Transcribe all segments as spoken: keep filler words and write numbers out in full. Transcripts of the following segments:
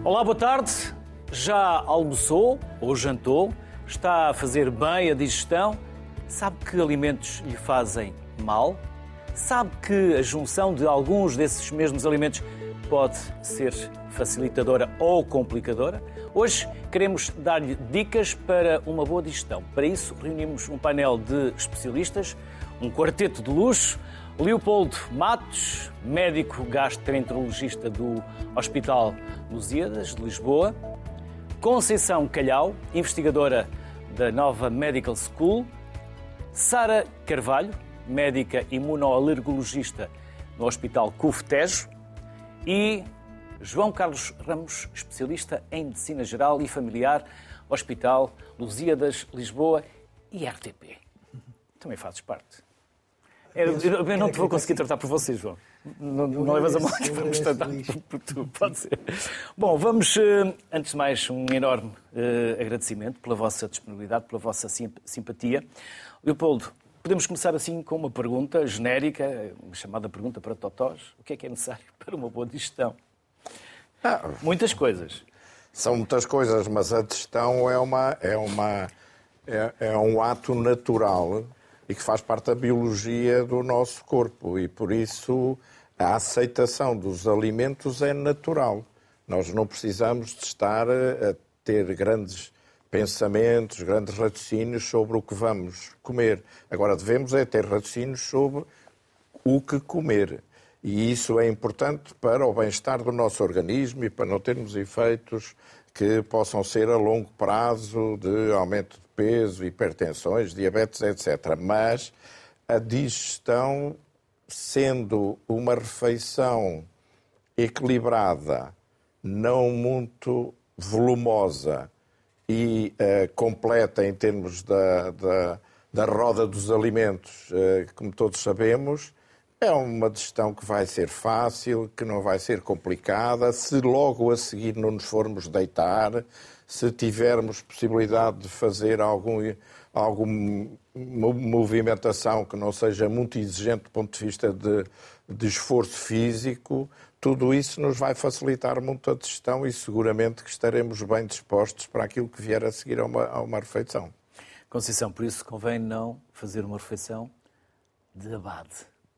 Olá, boa tarde. Já almoçou ou jantou? Está a fazer bem a digestão? Sabe que alimentos lhe fazem mal? Sabe que a junção de alguns desses mesmos alimentos pode ser facilitadora ou complicadora? Hoje queremos dar-lhe dicas para uma boa digestão. Para isso, reunimos um painel de especialistas, um quarteto de luxo. Leopoldo Matos, médico gastroenterologista do Hospital Lusíadas, de Lisboa. Conceição Calhau, investigadora da Nova Medical School. Sara Carvalho, médica imunoalergologista no Hospital C U F Tejo. E João Carlos Ramos, especialista em Medicina Geral e Familiar, Hospital Lusíadas, Lisboa e R T P. Também fazes parte. Eu, eu não te vou conseguir tratar por você, João. Não, não levas a mal que vamos tratar por tu, pode ser. Bom, vamos, antes de mais, um enorme uh, agradecimento pela vossa disponibilidade, pela vossa simpatia. Leopoldo, podemos começar assim com uma pergunta genérica, uma chamada pergunta para totós. O que é que é necessário para uma boa digestão? Ah, muitas coisas. São muitas coisas, mas a digestão é, uma, é, uma, é, é um ato natural e que faz parte da biologia do nosso corpo. E, por isso, a aceitação dos alimentos é natural. Nós não precisamos de estar a ter grandes pensamentos, grandes raciocínios sobre o que vamos comer. Agora, devemos é ter raciocínios sobre o que comer. E isso é importante para o bem-estar do nosso organismo e para não termos efeitos que possam ser a longo prazo de aumento de peso, hipertensões, diabetes, etcétera. Mas a digestão, sendo uma refeição equilibrada, não muito volumosa e uh, completa em termos da, da, da roda dos alimentos, uh, como todos sabemos, é uma digestão que vai ser fácil, que não vai ser complicada. Se logo a seguir não nos formos deitar, se tivermos possibilidade de fazer algum, alguma movimentação que não seja muito exigente do ponto de vista de, de esforço físico, tudo isso nos vai facilitar muito a digestão e seguramente que estaremos bem dispostos para aquilo que vier a seguir a uma, a uma refeição. Conceição, por isso convém não fazer uma refeição de abade.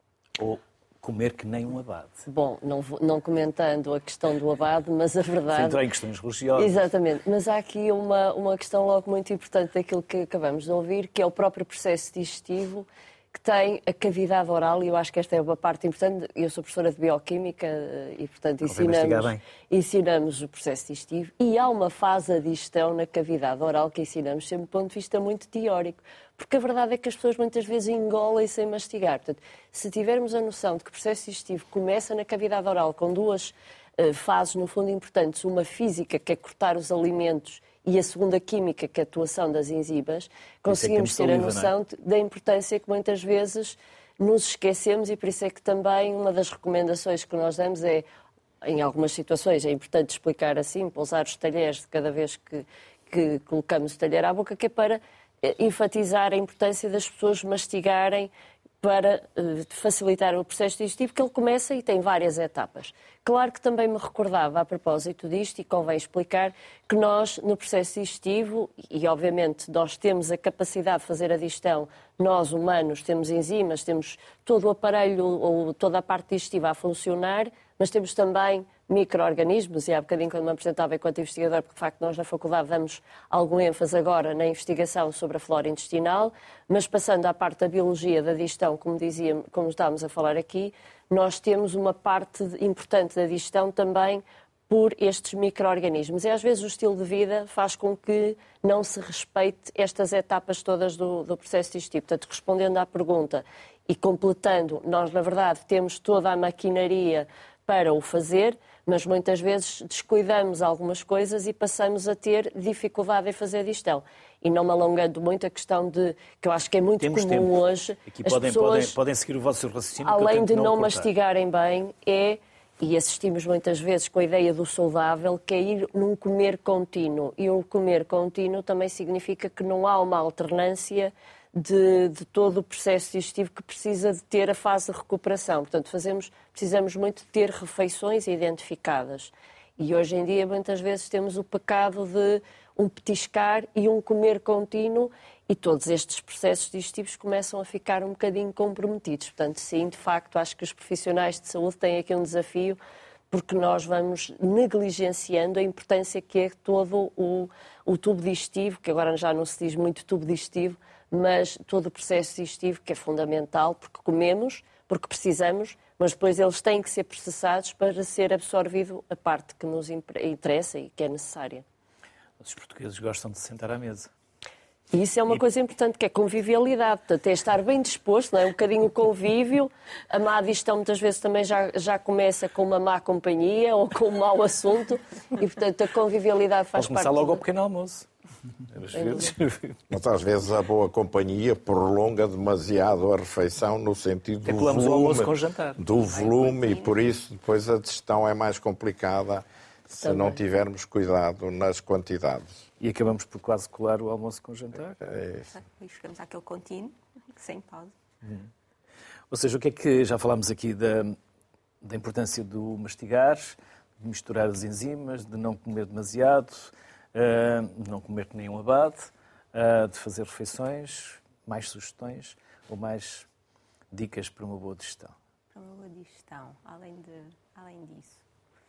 Ou comer que nem um abade. Bom, não, não comentando a questão do abade, mas a verdade... Sem entrar em questões religiosas. Exatamente, mas há aqui uma, uma questão logo muito importante daquilo que acabamos de ouvir, que é o próprio processo digestivo, que tem a cavidade oral, e eu acho que esta é uma parte importante. Eu sou professora de Bioquímica e, portanto, ensinamos, ensinamos o processo digestivo, e há uma fase da digestão na cavidade oral que ensinamos sempre do ponto de vista muito teórico, porque a verdade é que as pessoas muitas vezes engolem sem mastigar. Portanto, se tivermos a noção de que o processo digestivo começa na cavidade oral com duas uh, fases, no fundo, importantes, uma física, que é cortar os alimentos, e a segunda química, que é a atuação das enzimas, conseguimos ter a noção da importância que muitas vezes nos esquecemos, e por isso é que também uma das recomendações que nós damos é, em algumas situações, é importante explicar assim, pousar os talheres de cada vez que, que colocamos o talher à boca, que é para enfatizar a importância das pessoas mastigarem para uh, facilitar o processo digestivo, que ele começa e tem várias etapas. Claro que também me recordava, a propósito disto, e convém explicar, que nós, no processo digestivo, e obviamente nós temos a capacidade de fazer a digestão, nós humanos temos enzimas, temos todo o aparelho, ou toda a parte digestiva a funcionar, mas temos também micro-organismos, e há bocadinho quando me apresentava enquanto investigador, porque de facto nós na faculdade damos algum ênfase agora na investigação sobre a flora intestinal, mas passando à parte da biologia da digestão, como dizia, como estávamos a falar aqui, nós temos uma parte importante da digestão também por estes micro-organismos. E às vezes o estilo de vida faz com que não se respeite estas etapas todas do, do processo digestivo. Portanto, respondendo à pergunta e completando, nós na verdade temos toda a maquinaria para o fazer, mas muitas vezes descuidamos algumas coisas e passamos a ter dificuldade em fazer a digestão. E não me alongando muito a questão de, que eu acho que é muito Temos comum tempo. hoje, Aqui as podem, pessoas, podem, podem seguir o vosso raciocínio, além de não, não não mastigarem bem, é, e assistimos muitas vezes com a ideia do saudável, que é ir num comer contínuo. E o comer contínuo também significa que não há uma alternância De, de todo o processo digestivo que precisa de ter a fase de recuperação. Portanto, fazemos, precisamos muito de ter refeições identificadas. E hoje em dia, muitas vezes, temos o pecado de um petiscar e um comer contínuo, e todos estes processos digestivos começam a ficar um bocadinho comprometidos. Portanto, sim, de facto, acho que os profissionais de saúde têm aqui um desafio, porque nós vamos negligenciando a importância que é todo o, o tubo digestivo, que agora já não se diz muito tubo digestivo, mas todo o processo digestivo, que é fundamental, porque comemos, porque precisamos, mas depois eles têm que ser processados para ser absorvido a parte que nos interessa e que é necessária. Os portugueses gostam de sentar à mesa. E isso é uma e... coisa importante, que é convivialidade. Portanto, é estar bem disposto, não é? Um bocadinho o convívio. A má digestão muitas vezes também já, já começa com uma má companhia ou com um mau assunto. E, portanto, a convivialidade faz Pode começar parte... logo do... ao pequeno almoço. Às vezes... Mas às vezes a boa companhia prolonga demasiado a refeição no sentido do volume, o almoço com jantar. do volume, e por isso depois a digestão é mais complicada se também não tivermos cuidado nas quantidades. E acabamos por quase colar o almoço com jantar. É isso. E chegamos àquele contínuo, sem pausa. Hum. Ou seja, o que é que já falámos aqui da, da importância do mastigar, de misturar as enzimas, de não comer demasiado, uh, de não comer nenhum abade, uh, de fazer refeições, mais sugestões ou mais dicas para uma boa digestão? Para uma boa digestão, além, de, além disso.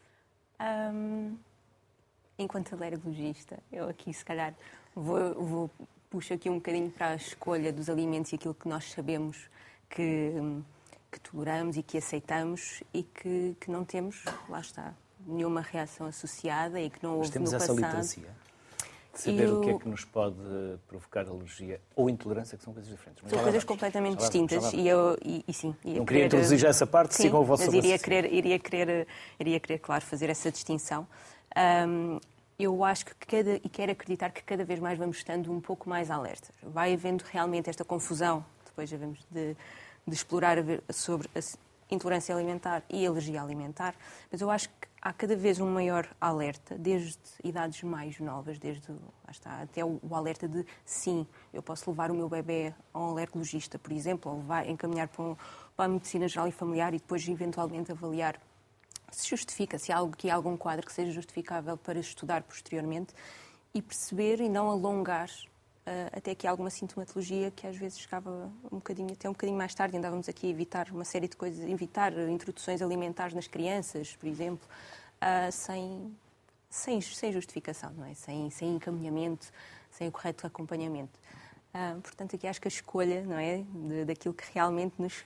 Um... Enquanto alergologista, eu aqui se calhar vou, vou puxo aqui um bocadinho para a escolha dos alimentos e aquilo que nós sabemos que, que toleramos e que aceitamos e que, que não temos, lá está, nenhuma reação associada e que não houve Mas temos no essa passado. literacia de saber Eu... o que é que nos pode provocar alergia ou intolerância, que são coisas diferentes. Mas são coisas completamente distintas e eu e, e sim. Não queria introduzir já essa parte, sim, sigam o vosso mas iria querer, iria querer, iria querer, claro, fazer essa distinção. Um, eu acho que cada, e quero acreditar que cada vez mais vamos estando um pouco mais alertas. Vai havendo realmente esta confusão, depois devemos de, de explorar sobre a intolerância alimentar e alergia alimentar, mas eu acho que há cada vez um maior alerta, desde idades mais novas, desde lá está, até o, o alerta de sim, eu posso levar o meu bebê a um alergologista, por exemplo, ou levar, encaminhar para, um, para a medicina geral e familiar e depois eventualmente avaliar se justifica, se há algo, que há algum quadro que seja justificável para estudar posteriormente e perceber e não alongar uh, até que há alguma sintomatologia que às vezes chegava um bocadinho, até um bocadinho mais tarde, andávamos aqui a evitar uma série de coisas, evitar introduções alimentares nas crianças, por exemplo, uh, sem, sem, sem justificação, não é? Sem, sem encaminhamento, sem o correto acompanhamento. Uh, portanto, aqui acho que a escolha, não é, de, daquilo que realmente nos,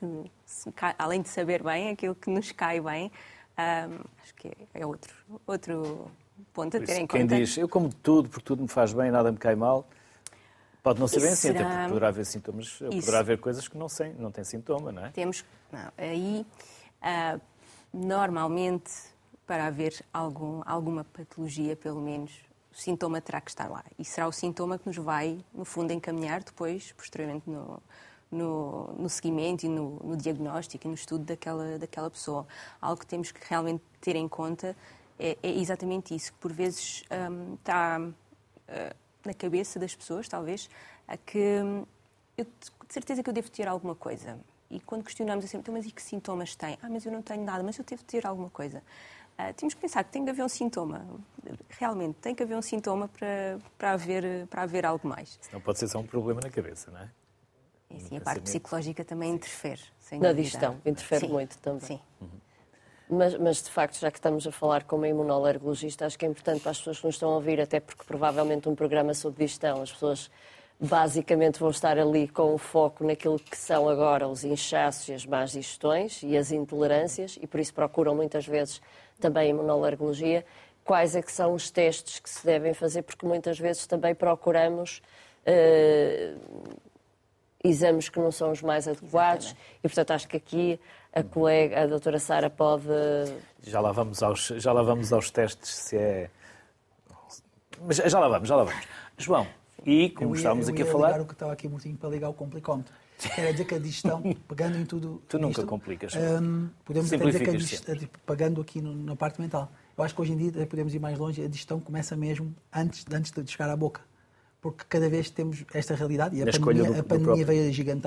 além de saber bem, aquilo que nos cai bem, Um, acho que é outro, outro ponto a ter em quem conta. Quem diz, eu como tudo, porque tudo me faz bem, nada me cai mal, pode não ser bem assim, será... até porque poderá haver sintomas, Isso. poderá haver coisas que não, sem, não têm sintoma, não é? Temos, não, aí, uh, normalmente, para haver algum, alguma patologia, pelo menos, o sintoma terá que estar lá. E será o sintoma que nos vai, no fundo, encaminhar depois, posteriormente, no... No, no seguimento e no, no diagnóstico e no estudo daquela, daquela pessoa. Algo que temos que realmente ter em conta é, é exatamente isso, que por vezes um, está uh, na cabeça das pessoas, talvez, a que um, eu, de certeza que eu devo ter alguma coisa. E quando questionamos assim, então, mas e que sintomas tem? Ah, mas eu não tenho nada, mas eu devo ter alguma coisa. Uh, temos que pensar que tem que haver um sintoma. Realmente, tem que haver um sintoma para, para, haver, para haver algo mais. Senão pode ser só um problema na cabeça, não é? E sim, a parte psicológica também interfere. Sem Na dúvida. digestão, interfere sim. muito também. Sim. Uhum. Mas, mas, de facto, já que estamos a falar com uma imunoalergologista, acho que é importante para as pessoas que nos estão a ouvir, até porque provavelmente um programa sobre digestão, as pessoas basicamente vão estar ali com o foco naquilo que são agora os inchaços e as más digestões e as intolerâncias, e por isso procuram muitas vezes também a imunoalergologia. Quais é que são os testes que se devem fazer? Porque muitas vezes também procuramos... Uh, exames que não são os mais adequados. Exatamente. E, portanto, acho que aqui a colega, a doutora Sara, pode... Já lá vamos aos, já lá vamos aos testes, se é... Mas já lá vamos, já lá vamos. João, e como eu ia, estávamos eu aqui ia a falar... ligar o que estava aqui mortinho para ligar o complicómetro. Quer dizer que a digestão, pegando em tudo... Tu nunca isto, complicas. Um, podemos até dizer que a digestão, pegando aqui no, na parte mental. Eu acho que hoje em dia podemos ir mais longe, a digestão começa mesmo antes, antes de chegar à boca. Porque cada vez temos esta realidade, e a Na pandemia, do, a pandemia veio a gigantar,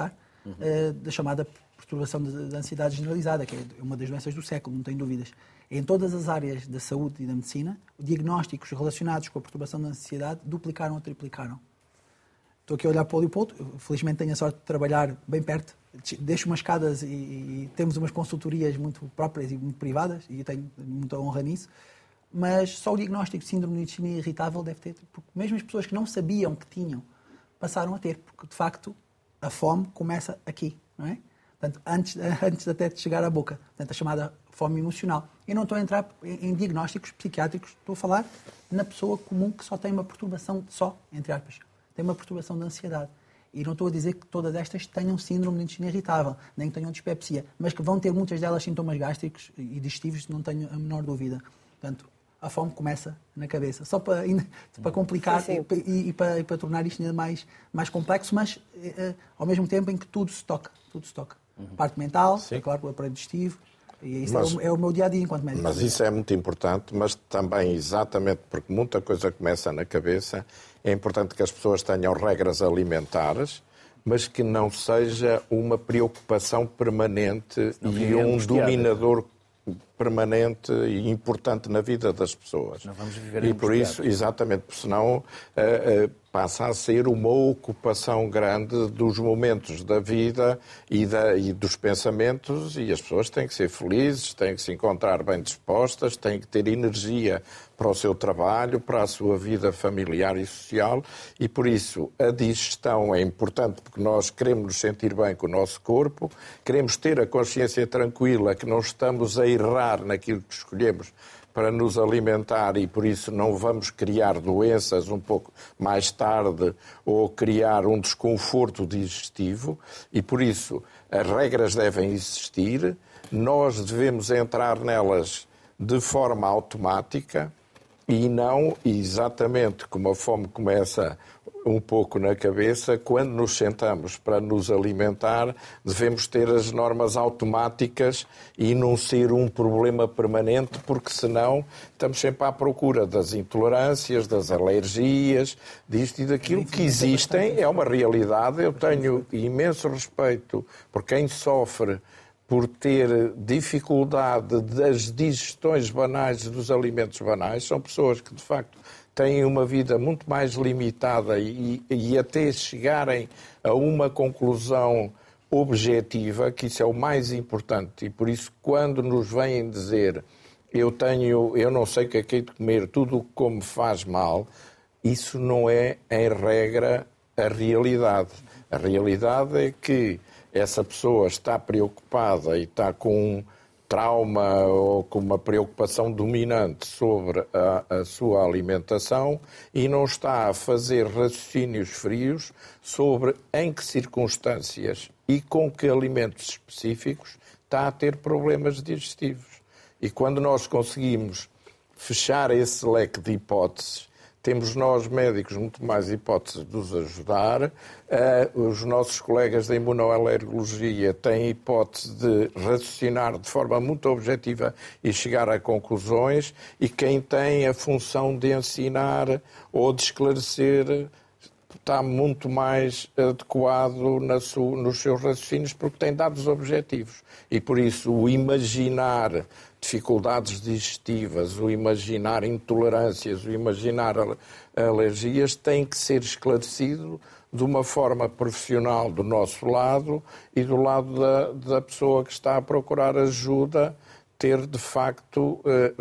uhum. uh, da chamada perturbação da ansiedade generalizada, que é uma das doenças do século, não tenho dúvidas. Em todas as áreas da saúde e da medicina, diagnósticos relacionados com a perturbação da ansiedade duplicaram ou triplicaram. Estou aqui a olhar para o Leopoldo, felizmente tenho a sorte de trabalhar bem perto, deixo umas escadas e, e temos umas consultorias muito próprias e muito privadas, e tenho muita honra nisso, mas só o diagnóstico de síndrome de intestino irritável deve ter, porque mesmo as pessoas que não sabiam que tinham, passaram a ter, porque de facto a fome começa aqui, não é? Portanto, antes, antes até de chegar à boca, portanto, a chamada fome emocional. Eu não estou a entrar em, em diagnósticos psiquiátricos, estou a falar na pessoa comum que só tem uma perturbação, só, entre aspas, tem uma perturbação de ansiedade. E não estou a dizer que todas estas tenham síndrome de intestino irritável, nem que tenham dispepsia, mas que vão ter muitas delas sintomas gástricos e digestivos, não tenho a menor dúvida. Portanto, a fome começa na cabeça. Só para, para complicar sim, sim. E, e, para, e para tornar isto ainda mais, mais complexo, mas uh, ao mesmo tempo em que tudo se toca. Tudo se toca. Uhum. Parte mental, é claro, o aparelho digestivo. E isso mas, é, o, é o meu dia-a-dia enquanto médico. Mas isso é muito importante, mas também exatamente porque muita coisa começa na cabeça, é importante que as pessoas tenham regras alimentares, mas que não seja uma preocupação permanente não e um dominador permanente e importante na vida das pessoas. Não vamos viver e por isso, exatamente, porque senão uh, uh, passa a ser uma ocupação grande dos momentos da vida e, da, e dos pensamentos, e as pessoas têm que ser felizes, têm que se encontrar bem dispostas, têm que ter energia para o seu trabalho, para a sua vida familiar e social, e por isso a digestão é importante porque nós queremos nos sentir bem com o nosso corpo, queremos ter a consciência tranquila que não estamos a errar naquilo que escolhemos para nos alimentar e por isso não vamos criar doenças um pouco mais tarde ou criar um desconforto digestivo e por isso as regras devem existir, nós devemos entrar nelas de forma automática e não exatamente como a fome começa um pouco na cabeça, quando nos sentamos para nos alimentar, devemos ter as normas automáticas e não ser um problema permanente, porque senão estamos sempre à procura das intolerâncias, das alergias, disto e daquilo que existem. É uma realidade. Eu tenho imenso respeito por quem sofre por ter dificuldade das digestões banais dos alimentos banais. São pessoas que, de facto, têm uma vida muito mais limitada e, e até chegarem a uma conclusão objetiva, que isso é o mais importante. E por isso, quando nos vêm dizer eu tenho, eu não sei o que é que é de comer, tudo o que como faz mal, isso não é, em regra, a realidade. A realidade é que essa pessoa está preocupada e está com um trauma ou com uma preocupação dominante sobre a, a sua alimentação e não está a fazer raciocínios frios sobre em que circunstâncias e com que alimentos específicos está a ter problemas digestivos. E quando nós conseguimos fechar esse leque de hipóteses, temos nós, médicos, muito mais hipóteses de os ajudar. Uh, os nossos colegas da imunoalergologia têm hipótese de raciocinar de forma muito objetiva e chegar a conclusões. E quem tem a função de ensinar ou de esclarecer está muito mais adequado na sua, nos seus raciocínios porque tem dados objetivos. E por isso o imaginar dificuldades digestivas, o imaginar intolerâncias, o imaginar alergias tem que ser esclarecido de uma forma profissional do nosso lado e do lado da, da pessoa que está a procurar ajuda, ter de facto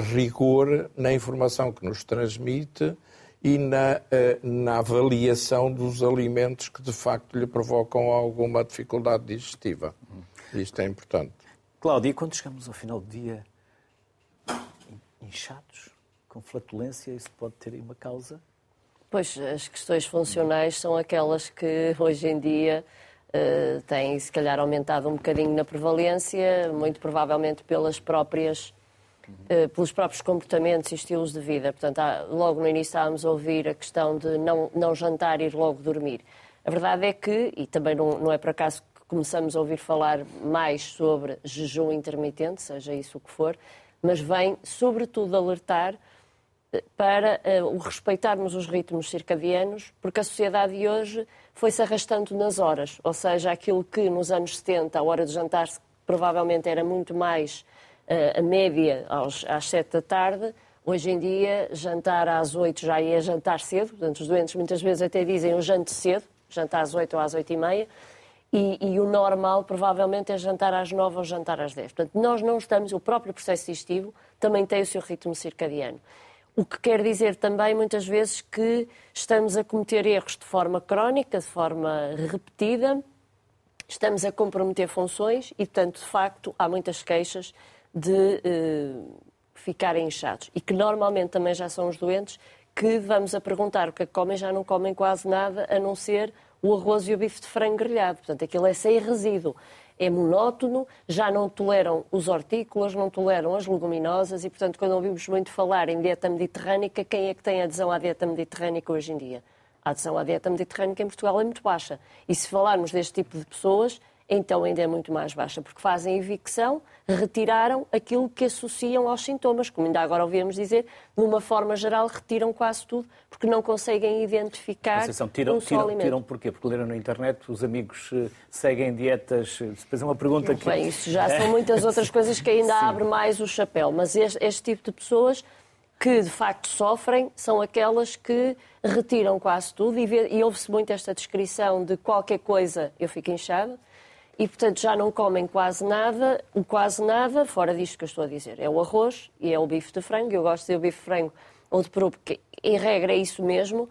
rigor na informação que nos transmite e na, na avaliação dos alimentos que de facto lhe provocam alguma dificuldade digestiva. Isto é importante. Cláudia, quando chegamos ao final do dia inchados, com flatulência, isso pode ter aí uma causa? Pois, as questões funcionais são aquelas que hoje em dia uh, têm, se calhar, aumentado um bocadinho na prevalência, muito provavelmente pelas próprias, uh, pelos próprios comportamentos e estilos de vida. Portanto, há, logo no início estávamos a ouvir a questão de não, não jantar e ir logo dormir. A verdade é que, e também não, não é por acaso que começamos a ouvir falar mais sobre jejum intermitente, seja isso o que for, mas vem, sobretudo, alertar para uh, o respeitarmos os ritmos circadianos, porque a sociedade de hoje foi-se arrastando nas horas, ou seja, aquilo que nos anos setenta, a hora de jantar, provavelmente era muito mais uh, a média aos, às sete da tarde, hoje em dia, jantar às oito já é jantar cedo, portanto, os doentes muitas vezes até dizem eu janto cedo, jantar às oito ou às oito e meia, e, e o normal provavelmente é jantar às nove ou jantar às dez. Portanto, nós não estamos, o próprio processo digestivo também tem o seu ritmo circadiano. O que quer dizer também, muitas vezes, que estamos a cometer erros de forma crónica, de forma repetida, estamos a comprometer funções e, portanto, de facto, há muitas queixas de eh, ficarem inchados. E que normalmente também já são os doentes que vamos a perguntar o que é que comem, já não comem quase nada, a não ser o arroz e o bife de frango grelhado. Portanto, aquilo é sem resíduo. É monótono, já não toleram os hortícolas, não toleram as leguminosas e, portanto, quando ouvimos muito falar em dieta mediterrânica, quem é que tem adesão à dieta mediterrânica hoje em dia? A adesão à dieta mediterrânica em Portugal é muito baixa. E se falarmos deste tipo de pessoas, então ainda é muito mais baixa, porque fazem evicção, retiraram aquilo que associam aos sintomas, como ainda agora ouvimos dizer, de uma forma geral, retiram quase tudo, porque não conseguem identificar Conceição, tiram, um só tiram, alimento. tiram porquê? Porque leram na internet, os amigos uh, seguem dietas, uh, depois é uma pergunta Não, que... Bem, isso já são muitas outras coisas que ainda Sim. abre mais o chapéu, mas este, este tipo de pessoas que de facto sofrem são aquelas que retiram quase tudo e, vê, e ouve-se muito esta descrição de qualquer coisa eu fico inchada. E, portanto, já não comem quase nada, o quase nada, fora disto que eu estou a dizer. É o arroz e é o bife de frango. Eu gosto de dizer o bife de frango ou de peru, porque, em regra, é isso mesmo.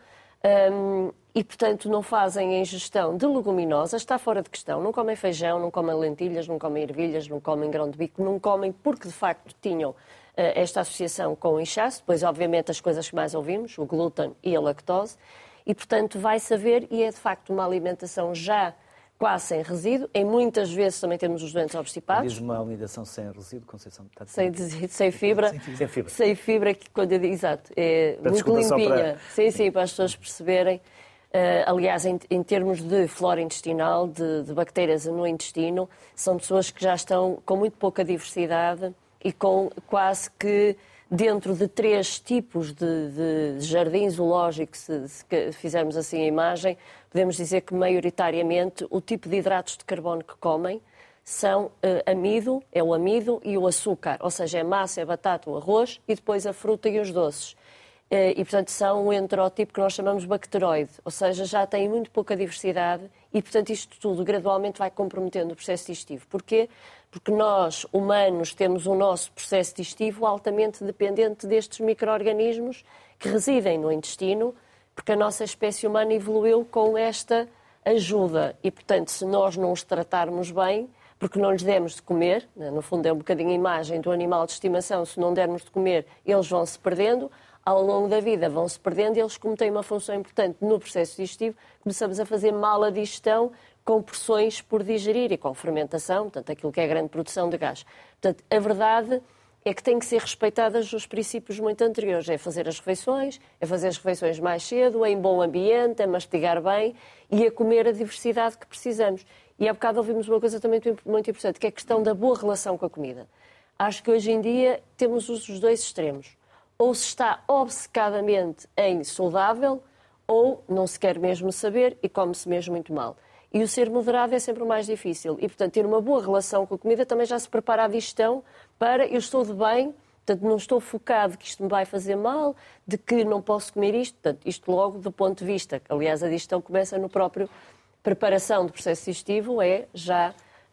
Um, e, portanto, não fazem a ingestão de leguminosas, está fora de questão. Não comem feijão, não comem lentilhas, não comem ervilhas, não comem grão de bico, não comem porque, de facto, tinham uh, esta associação com o inchaço. Depois, obviamente, as coisas que mais ouvimos, o glúten e a lactose. E, portanto, vai saber, e é, de facto, uma alimentação já quase sem resíduo. Em muitas vezes também temos os doentes obstipados. Diz uma alimentação sem resíduo, Conceição. Está sem, sem fibra. Sem fibra. Sem fibra. Sem fibra, que quando eu digo, exato, é Peço muito limpinha. para... Sim, sim, para as pessoas perceberem. Uh, aliás, em, em termos de flora intestinal, de, de bactérias no intestino, são pessoas que já estão com muito pouca diversidade e com quase que dentro de três tipos de, de jardim zoológico, se, se fizermos assim a imagem, podemos dizer que, maioritariamente, o tipo de hidratos de carbono que comem são uh, amido, é o amido e o açúcar, ou seja, é massa, é batata, o arroz e depois a fruta e os doces. Uh, e, portanto, são o enterótipo que nós chamamos bacteroide, ou seja, já têm muito pouca diversidade e, portanto, isto tudo gradualmente vai comprometendo o processo digestivo. Porquê? Porque nós, humanos, temos o nosso processo digestivo altamente dependente destes micro-organismos que residem no intestino, porque a nossa espécie humana evoluiu com esta ajuda. E, portanto, se nós não os tratarmos bem, porque não lhes demos de comer, no fundo é um bocadinho a imagem do animal de estimação, se não dermos de comer, eles vão se perdendo, ao longo da vida vão se perdendo, e eles, como têm uma função importante no processo digestivo, começamos a fazer mal a digestão, com porções por digerir e com fermentação, portanto, aquilo que é a grande produção de gás. Portanto, a verdade é que tem que ser respeitadas os princípios muito anteriores. É fazer as refeições, é fazer as refeições mais cedo, em bom ambiente, a mastigar bem e a comer a diversidade que precisamos. E há bocado ouvimos uma coisa também muito importante, que é a questão da boa relação com a comida. Acho que hoje em dia temos os dois extremos. Ou se está obcecadamente em saudável, ou não se quer mesmo saber e come-se mesmo muito mal. E o ser moderado é sempre o mais difícil. E, portanto, ter uma boa relação com a comida também já se prepara a digestão para eu estou de bem, portanto, não estou focado que isto me vai fazer mal, de que não posso comer isto. Portanto, isto logo do ponto de vista, aliás, a digestão começa no próprio preparação do processo digestivo, é já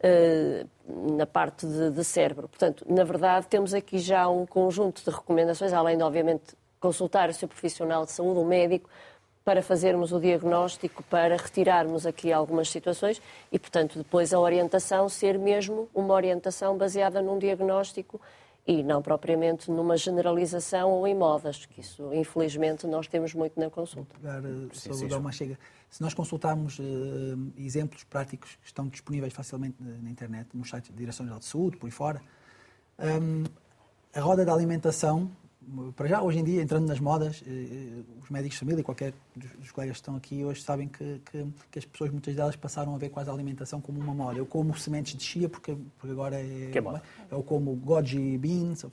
uh, na parte de, de cérebro. Portanto, na verdade, temos aqui já um conjunto de recomendações, além de, obviamente, consultar o seu profissional de saúde, o médico, para fazermos o diagnóstico, para retirarmos aqui algumas situações e, portanto, depois a orientação ser mesmo uma orientação baseada num diagnóstico e não propriamente numa generalização ou em modas, que isso, infelizmente, nós temos muito na consulta. Vou pegar, uh, saúde, uma chega. Se nós consultarmos uh, exemplos práticos que estão disponíveis facilmente na internet, nos sites da Direção-Geral de Saúde, por aí fora, um, a roda da alimentação, para já, hoje em dia, entrando nas modas, os médicos de família e qualquer dos colegas que estão aqui hoje sabem que, que, que as pessoas, muitas delas, passaram a ver quase a alimentação como uma moda. Eu como sementes de chia porque, porque agora é... Que é moda. Eu como goji beans, ou feijão.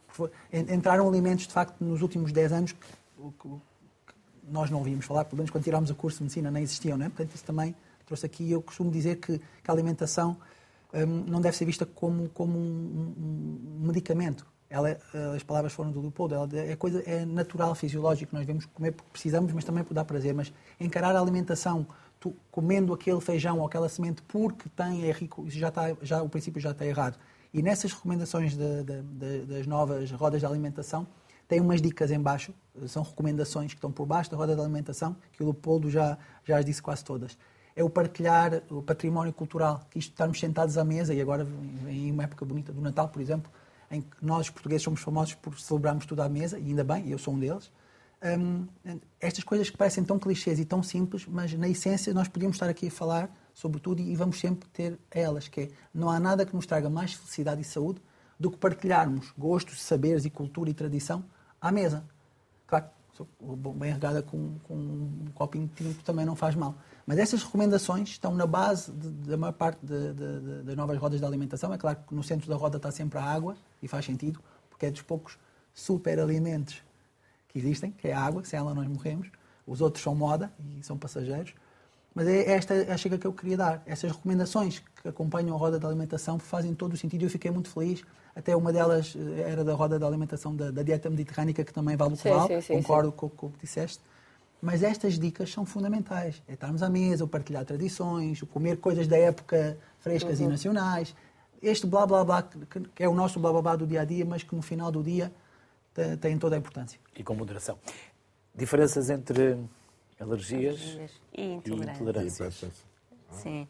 Entraram alimentos, de facto, nos últimos dez anos que, que, que nós não ouvíamos falar, pelo menos quando tirámos o curso de medicina nem existiam, não é? Portanto, isso também trouxe aqui. Eu costumo dizer que, que a alimentação um, não deve ser vista como, como um, um medicamento. Ela, as palavras foram do Leopoldo, ela é, coisa, é natural, fisiológico, nós devemos comer porque precisamos, mas também por dar prazer. Mas encarar a alimentação, tu, comendo aquele feijão ou aquela semente porque tem, é rico, já está, já, o princípio já está errado. E nessas recomendações de, de, de, das novas rodas de alimentação, tem umas dicas em baixo, são recomendações que estão por baixo da roda de alimentação, que o Leopoldo já, já as disse quase todas. É o partilhar o património cultural, que isto estarmos sentados à mesa, e agora em uma época bonita do Natal, por exemplo, em que nós, os portugueses, somos famosos por celebrarmos tudo à mesa, e ainda bem, eu sou um deles. Um, estas coisas que parecem tão clichês e tão simples, mas na essência nós podíamos estar aqui a falar sobre tudo e vamos sempre ter elas, que é, não há nada que nos traga mais felicidade e saúde do que partilharmos gostos, saberes e cultura e tradição à mesa. Claro, bem regada com, com um copinho de tinto também não faz mal. Mas essas recomendações estão na base de, de, da maior parte de, de, de, das novas rodas de alimentação. É claro que no centro da roda está sempre a água, e faz sentido, porque é dos poucos superalimentos que existem, que é a água, sem ela nós morremos. Os outros são moda e são passageiros. Mas é esta a chega que eu queria dar. Essas recomendações que acompanham a roda de alimentação fazem todo o sentido e eu fiquei muito feliz. Até uma delas era da roda de alimentação da, da dieta mediterrânica, que também vale o que vale, concordo sim. Com, com o que disseste. Mas estas dicas são fundamentais. É estarmos à mesa, o partilhar tradições, o comer coisas da época frescas uhum. e nacionais. Este blá blá blá, que, que é o nosso blá blá blá do dia a dia, mas que no final do dia tem, tem toda a importância. E com moderação. Diferenças entre alergias, alergias e intolerâncias. E intolerâncias. Sim.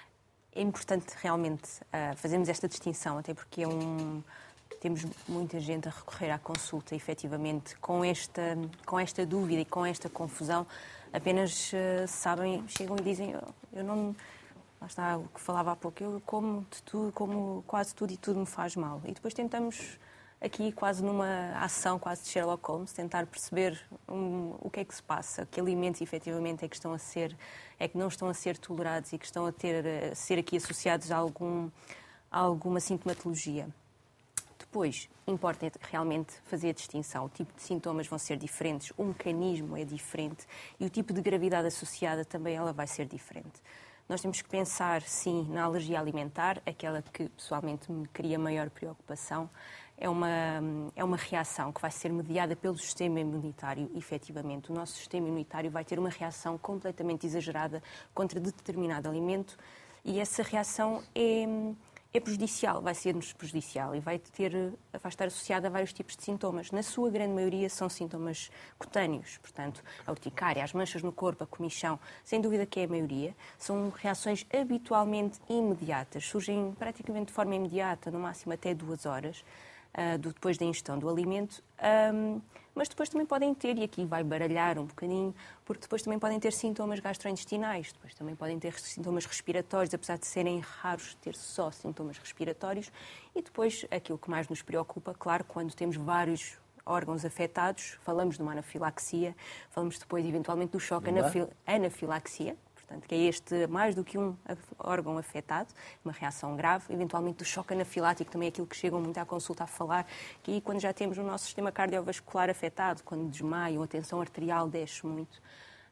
É importante realmente uh, fazermos esta distinção, até porque é um... temos muita gente a recorrer à consulta, efetivamente, com esta, com esta dúvida e com esta confusão, apenas uh, sabem, chegam e dizem, eu não... Lá está o que falava há pouco, eu como de tudo, como quase tudo e tudo me faz mal. E depois tentamos, aqui quase numa ação quase de Sherlock Holmes, tentar perceber um, o que é que se passa, que alimentos efetivamente é que estão a ser, é que não estão a ser tolerados e que estão a ter, a ser aqui associados a, algum, a alguma sintomatologia. Depois, importa realmente fazer a distinção. O tipo de sintomas vão ser diferentes, o mecanismo é diferente e o tipo de gravidade associada também ela vai ser diferente. Nós temos que pensar, sim, na alergia alimentar, aquela que pessoalmente me cria maior preocupação. É uma, é uma reação que vai ser mediada pelo sistema imunitário, efetivamente. O nosso sistema imunitário vai ter uma reação completamente exagerada contra determinado alimento e essa reação é... é prejudicial, vai ser-nos prejudicial e vai, ter, vai estar associada a vários tipos de sintomas. Na sua grande maioria são sintomas cutâneos, portanto, a urticária, as manchas no corpo, a comichão, sem dúvida que é a maioria. São reações habitualmente imediatas, surgem praticamente de forma imediata, no máximo até duas horas, uh, depois da ingestão do alimento. Um, mas depois também podem ter, e aqui vai baralhar um bocadinho, porque depois também podem ter sintomas gastrointestinais, depois também podem ter sintomas respiratórios, apesar de serem raros ter só sintomas respiratórios, e depois aquilo que mais nos preocupa, claro, quando temos vários órgãos afetados, falamos de uma anafilaxia, falamos depois eventualmente do choque anafil- anafilaxia, portanto, que é este mais do que um órgão afetado, uma reação grave, eventualmente do choque anafilático, também é aquilo que chegam muito à consulta a falar, que aí quando já temos o nosso sistema cardiovascular afetado, quando desmaiam, a tensão arterial desce muito.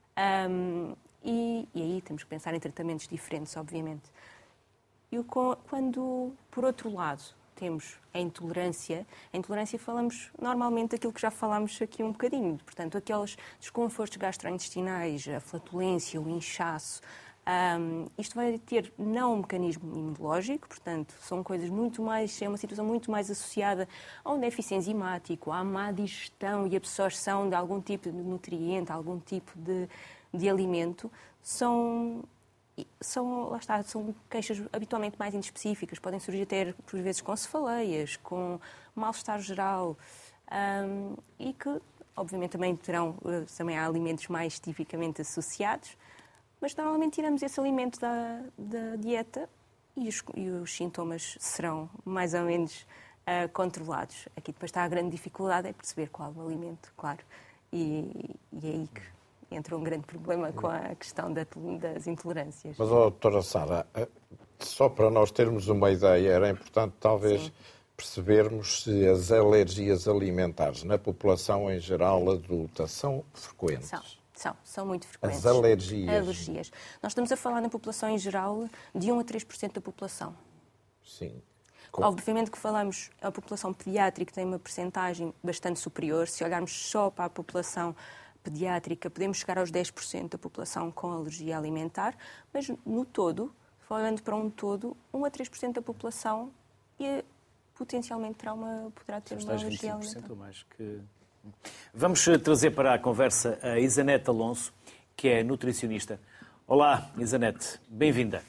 Um, e, e aí temos que pensar em tratamentos diferentes, obviamente. E o, quando, por outro lado, temos a intolerância, a intolerância falamos normalmente daquilo que já falámos aqui um bocadinho, portanto, aqueles desconfortos gastrointestinais, a flatulência, o inchaço. Um, isto vai ter não um mecanismo imunológico, portanto, são coisas muito mais, é uma situação muito mais associada a um déficit enzimático, à má digestão e absorção de algum tipo de nutriente, algum tipo de, de alimento. São... São, lá está, são queixas habitualmente mais inespecíficas, podem surgir até, por vezes, com cefaleias, com mal-estar geral, um, e que, obviamente, também terão, também há alimentos mais tipicamente associados, mas normalmente tiramos esse alimento da, da dieta e os, e os sintomas serão mais ou menos uh, controlados. Aqui depois está a grande dificuldade, é perceber qual o alimento, claro, e, e é aí que entra um grande problema com a questão das intolerâncias. Mas, oh, doutora Sara, só para nós termos uma ideia, era importante talvez Sim. percebermos se as alergias alimentares na população em geral adulta são frequentes. São, são, são muito frequentes. As alergias. alergias. Nós estamos a falar na população em geral de um a três por cento da população. Sim. Obviamente que falamos, a população pediátrica tem uma percentagem bastante superior. Se olharmos só para a população pediátrica, podemos chegar aos dez por cento da população com alergia alimentar, mas no todo, olhando para um todo, um a três por cento da população e potencialmente terá uma, poderá ter uma alergia alimentar. Ou mais que... Vamos trazer para a conversa a Isanete Alonso, que é nutricionista. Olá, Isanete, bem-vinda.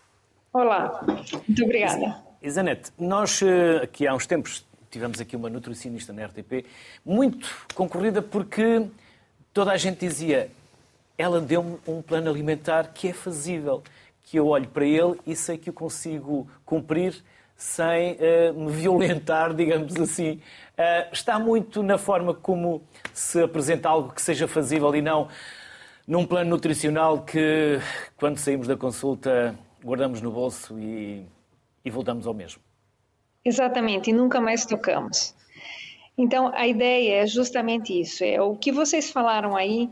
Olá, muito obrigada. Isanete, nós aqui há uns tempos tivemos aqui uma nutricionista na R T P, muito concorrida porque toda a gente dizia, ela deu-me um plano alimentar que é fazível, que eu olho para ele e sei que o consigo cumprir sem uh, me violentar, digamos assim. Uh, está muito na forma como se apresenta algo que seja fazível e não num plano nutricional que, quando saímos da consulta, guardamos no bolso e, e voltamos ao mesmo. Exatamente, e nunca mais tocamos. Então, a ideia é justamente isso. É, o que vocês falaram aí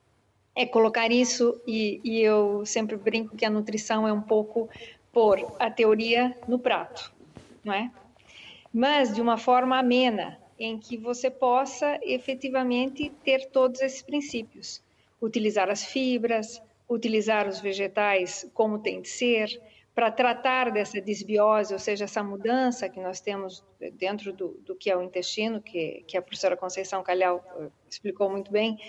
é colocar isso, e, e eu sempre brinco que a nutrição é um pouco pôr a teoria no prato, não é? Mas de uma forma amena, em que você possa efetivamente ter todos esses princípios. Utilizar as fibras, utilizar os vegetais como tem de ser, para tratar dessa desbiose, ou seja, essa mudança que nós temos dentro do, do que é o intestino, que, que a professora Conceição Calhau explicou muito bem,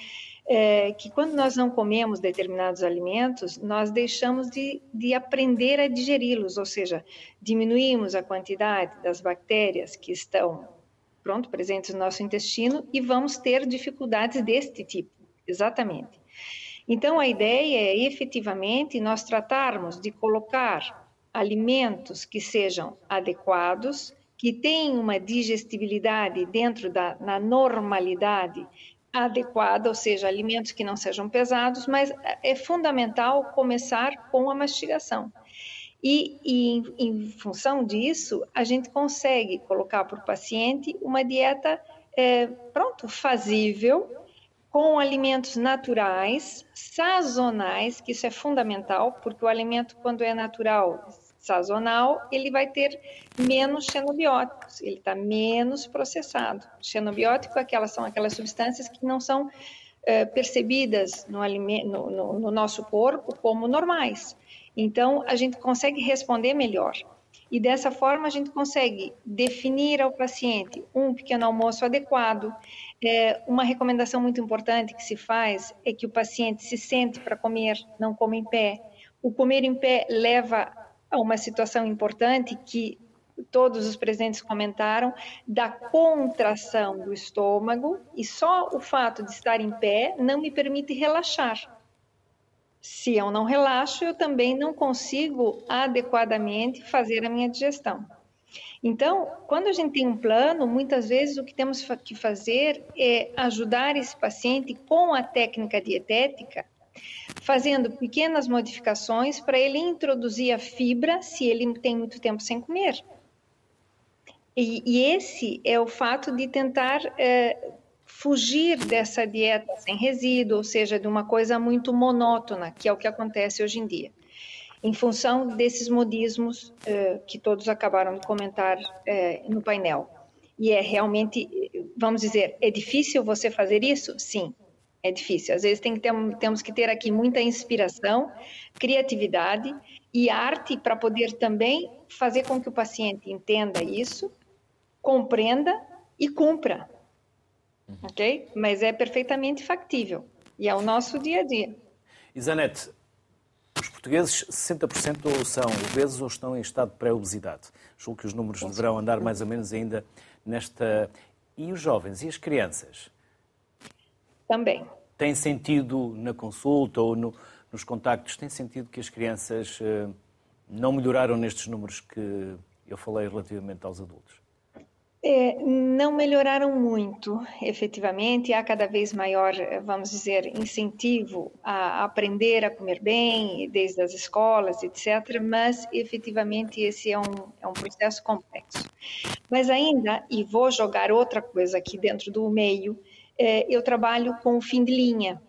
é, que quando nós não comemos determinados alimentos, nós deixamos de, de aprender a digeri-los, ou seja, diminuímos a quantidade das bactérias que estão, pronto, presentes no nosso intestino e vamos ter dificuldades deste tipo, exatamente. Então, a ideia é, efetivamente, nós tratarmos de colocar alimentos que sejam adequados, que tenham uma digestibilidade dentro da na normalidade adequada, ou seja, alimentos que não sejam pesados, mas é fundamental começar com a mastigação. E, e em, em função disso, a gente consegue colocar para o paciente uma dieta, é, pronto, fazível, com alimentos naturais, sazonais, que isso é fundamental, porque o alimento, quando é natural, sazonal, ele vai ter menos xenobióticos, ele está menos processado. Xenobiótico, aquelas, são aquelas substâncias que não são é, percebidas no, alimento, no, no, no nosso corpo como normais. Então, a gente consegue responder melhor. E dessa forma, a gente consegue definir ao paciente um pequeno almoço adequado. É, uma recomendação muito importante que se faz é que o paciente se sente para comer, não come em pé. O comer em pé leva a uma situação importante que todos os presentes comentaram, da contração do estômago, e só o fato de estar em pé não me permite relaxar. Se eu não relaxo, eu também não consigo adequadamente fazer a minha digestão. Então, quando a gente tem um plano, muitas vezes o que temos que fazer é ajudar esse paciente com a técnica dietética, fazendo pequenas modificações para ele introduzir a fibra se ele tem muito tempo sem comer. E, e esse é o fato de tentar é, fugir dessa dieta sem resíduo, ou seja, de uma coisa muito monótona, que é o que acontece hoje em dia. Em função desses modismos eh, que todos acabaram de comentar eh, no painel. E é realmente, vamos dizer, é difícil você fazer isso? Sim, é difícil. Às vezes tem que ter, temos que ter aqui muita inspiração, criatividade e arte para poder também fazer com que o paciente entenda isso, compreenda e cumpra. Uhum. Ok? Mas é perfeitamente factível. E é o nosso dia a dia. Isanete, os portugueses, sessenta por cento ou são obesos ou estão em estado de pré-obesidade. Julgo que os números deverão andar mais ou menos ainda nesta... E os jovens e as crianças? Também. Tem sentido na consulta ou no, nos contactos, tem sentido que as crianças uh, não melhoraram nestes números que eu falei relativamente aos adultos? É, não melhoraram muito, efetivamente. Há cada vez maior, vamos dizer, incentivo a aprender a comer bem, desde as escolas, etcétera. Mas, efetivamente, esse é um, é um processo complexo. Mas ainda, e vou jogar outra coisa aqui dentro do meio, é, eu trabalho com o fim de linha,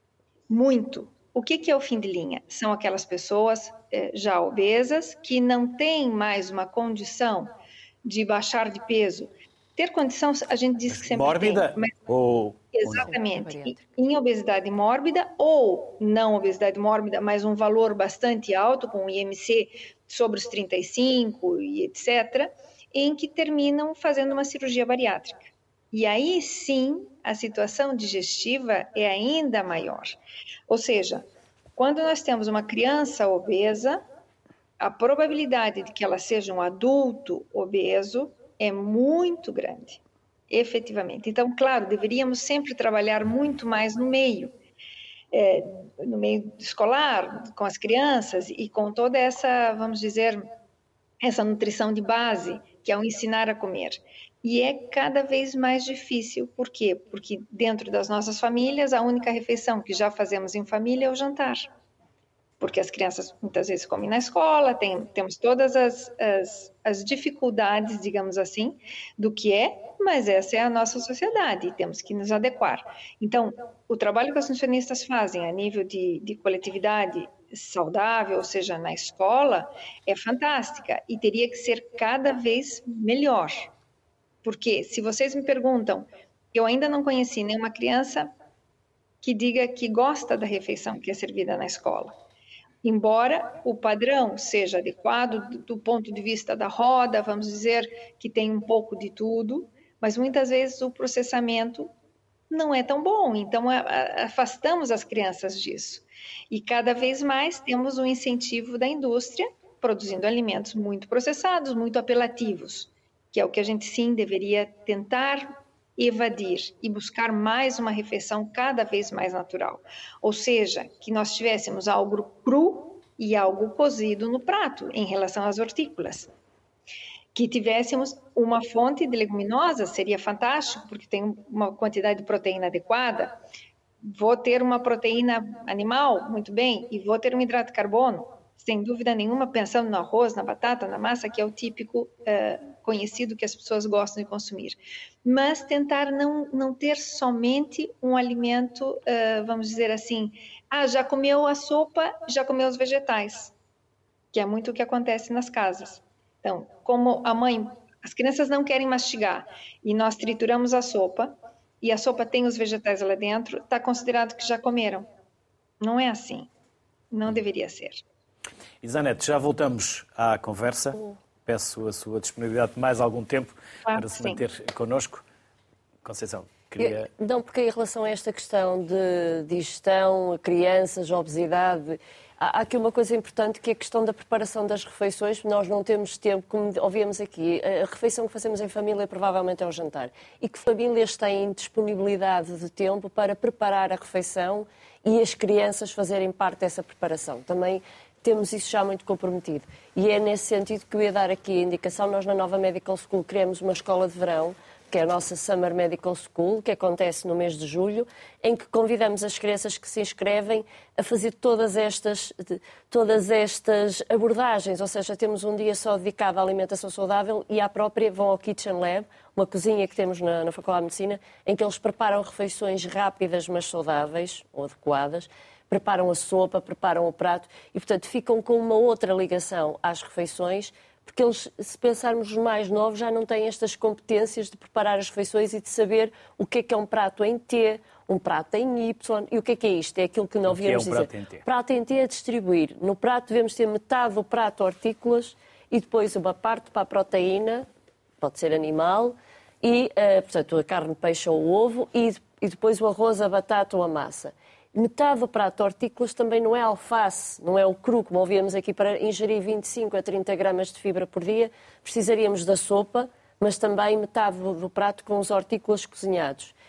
muito. O que, que é o fim de linha? São aquelas pessoas é, já obesas que não têm mais uma condição de baixar de peso. Ter condição, a gente diz que sempre mórbida tem. Mas... ou... Exatamente. Ou em obesidade mórbida ou não obesidade mórbida, mas um valor bastante alto, com o I M C sobre os trinta e cinco e etcétera, em que terminam fazendo uma cirurgia bariátrica. E aí sim, a situação digestiva é ainda maior. Ou seja, quando nós temos uma criança obesa, a probabilidade de que ela seja um adulto obeso é muito grande, efetivamente. Então, claro, deveríamos sempre trabalhar muito mais no meio, é, no meio escolar, com as crianças e com toda essa, vamos dizer, essa nutrição de base, que é o ensinar a comer. E é cada vez mais difícil. Por quê? Porque dentro das nossas famílias, a única refeição que já fazemos em família é o jantar. Porque as crianças muitas vezes comem na escola, tem, temos todas as, as, as dificuldades, digamos assim, do que é, mas essa é a nossa sociedade e temos que nos adequar. Então, o trabalho que as nutricionistas fazem a nível de, de coletividade saudável, ou seja, na escola, é fantástica e teria que ser cada vez melhor. Porque, se vocês me perguntam, eu ainda não conheci nenhuma criança que diga que gosta da refeição que é servida na escola. Embora o padrão seja adequado do ponto de vista da roda, vamos dizer que tem um pouco de tudo, mas muitas vezes o processamento não é tão bom, então afastamos as crianças disso. E cada vez mais temos o incentivo da indústria produzindo alimentos muito processados, muito apelativos, que é o que a gente sim deveria tentar evadir e buscar mais uma refeição cada vez mais natural. Ou seja, que nós tivéssemos algo cru e algo cozido no prato em relação às hortícolas. Que tivéssemos uma fonte de leguminosas, seria fantástico, porque tem uma quantidade de proteína adequada. Vou ter uma proteína animal, muito bem, e vou ter um hidrato de carbono, sem dúvida nenhuma, pensando no arroz, na batata, na massa, que é o típico uh, conhecido que as pessoas gostam de consumir. Mas tentar não, não ter somente um alimento, uh, vamos dizer assim, ah, já comeu a sopa, já comeu os vegetais, que é muito o que acontece nas casas. Então, como a mãe, as crianças não querem mastigar e nós trituramos a sopa e a sopa tem os vegetais lá dentro, está considerado que já comeram. Não é assim. Não deveria ser. Isanete, já voltamos à conversa. Peço a sua disponibilidade de mais algum tempo claro, para se sim. manter connosco. Conceição, queria... Eu, não, porque em relação a esta questão de digestão, crianças, obesidade, há aqui uma coisa importante que é a questão da preparação das refeições. Nós não temos tempo, como ouvimos aqui, a refeição que fazemos em família provavelmente é o jantar. E que famílias têm disponibilidade de tempo para preparar a refeição e as crianças fazerem parte dessa preparação. Também temos isso já muito comprometido. E é nesse sentido que eu ia dar aqui a indicação. Nós na Nova Medical School criamos uma escola de verão, que é a nossa Summer Medical School, que acontece no mês de julho, em que convidamos as crianças que se inscrevem a fazer todas estas, todas estas abordagens. Ou seja, temos um dia só dedicado à alimentação saudável e à própria vão ao Kitchen Lab, uma cozinha que temos na, na Faculdade de Medicina, em que eles preparam refeições rápidas, mas saudáveis, ou adequadas, preparam a sopa, preparam o prato e, portanto, ficam com uma outra ligação às refeições, porque eles, se pensarmos nos mais novos, já não têm estas competências de preparar as refeições e de saber o que é que é um prato em T, um prato em Y, e o que é que é isto? É aquilo que não havíamos dizer. O que é um prato em T? Prato em T é distribuir. No prato devemos ter metade do prato hortícolas e depois uma parte para a proteína, pode ser animal, e, uh, portanto, a carne, peixe ou o ovo, e, e depois o arroz, a batata ou a massa. Metade do prato de hortícolas também não é alface, não é o cru, como ouvíamos aqui, para ingerir vinte e cinco a trinta gramas de fibra por dia, precisaríamos da sopa, mas também metade do, do prato com os hortícolas cozinhados.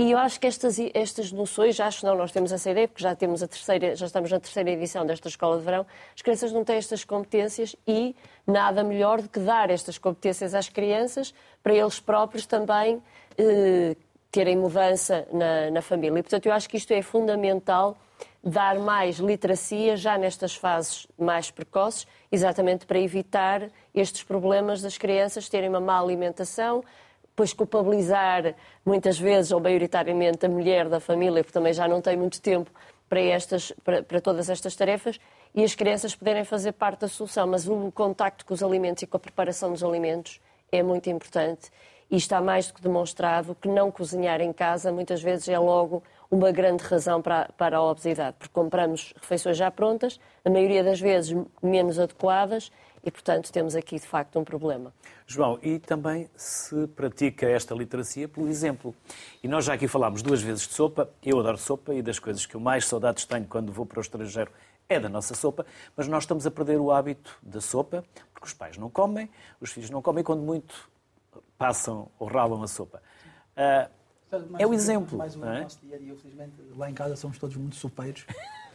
E eu acho que estas, estas noções, acho que não, nós temos essa ideia, porque já, temos a terceira, já estamos na terceira edição desta Escola de Verão, as crianças não têm estas competências e nada melhor do que dar estas competências às crianças para eles próprios também eh, terem mudança na, na família. E, portanto, eu acho que isto é fundamental, dar mais literacia já nestas fases mais precoces, exatamente para evitar estes problemas das crianças terem uma má alimentação, depois culpabilizar muitas vezes ou maioritariamente a mulher da família, porque também já não tem muito tempo para, estas, para, para todas estas tarefas, e as crianças poderem fazer parte da solução. Mas o contacto com os alimentos e com a preparação dos alimentos é muito importante. E está mais do que demonstrado que não cozinhar em casa muitas vezes é logo uma grande razão para, para a obesidade, porque compramos refeições já prontas, a maioria das vezes menos adequadas, e, portanto, temos aqui, de facto, um problema. João, e também se pratica esta literacia pelo exemplo. E nós já aqui falámos duas vezes de sopa. Eu adoro sopa e das coisas que eu mais saudades tenho quando vou para o estrangeiro é da nossa sopa, mas nós estamos a perder o hábito da sopa, porque os pais não comem, os filhos não comem, quando muito passam ou ralam a sopa. Uh, é o exemplo. Mais um não é? nosso dia a dia, felizmente, lá em casa somos todos muito sopeiros.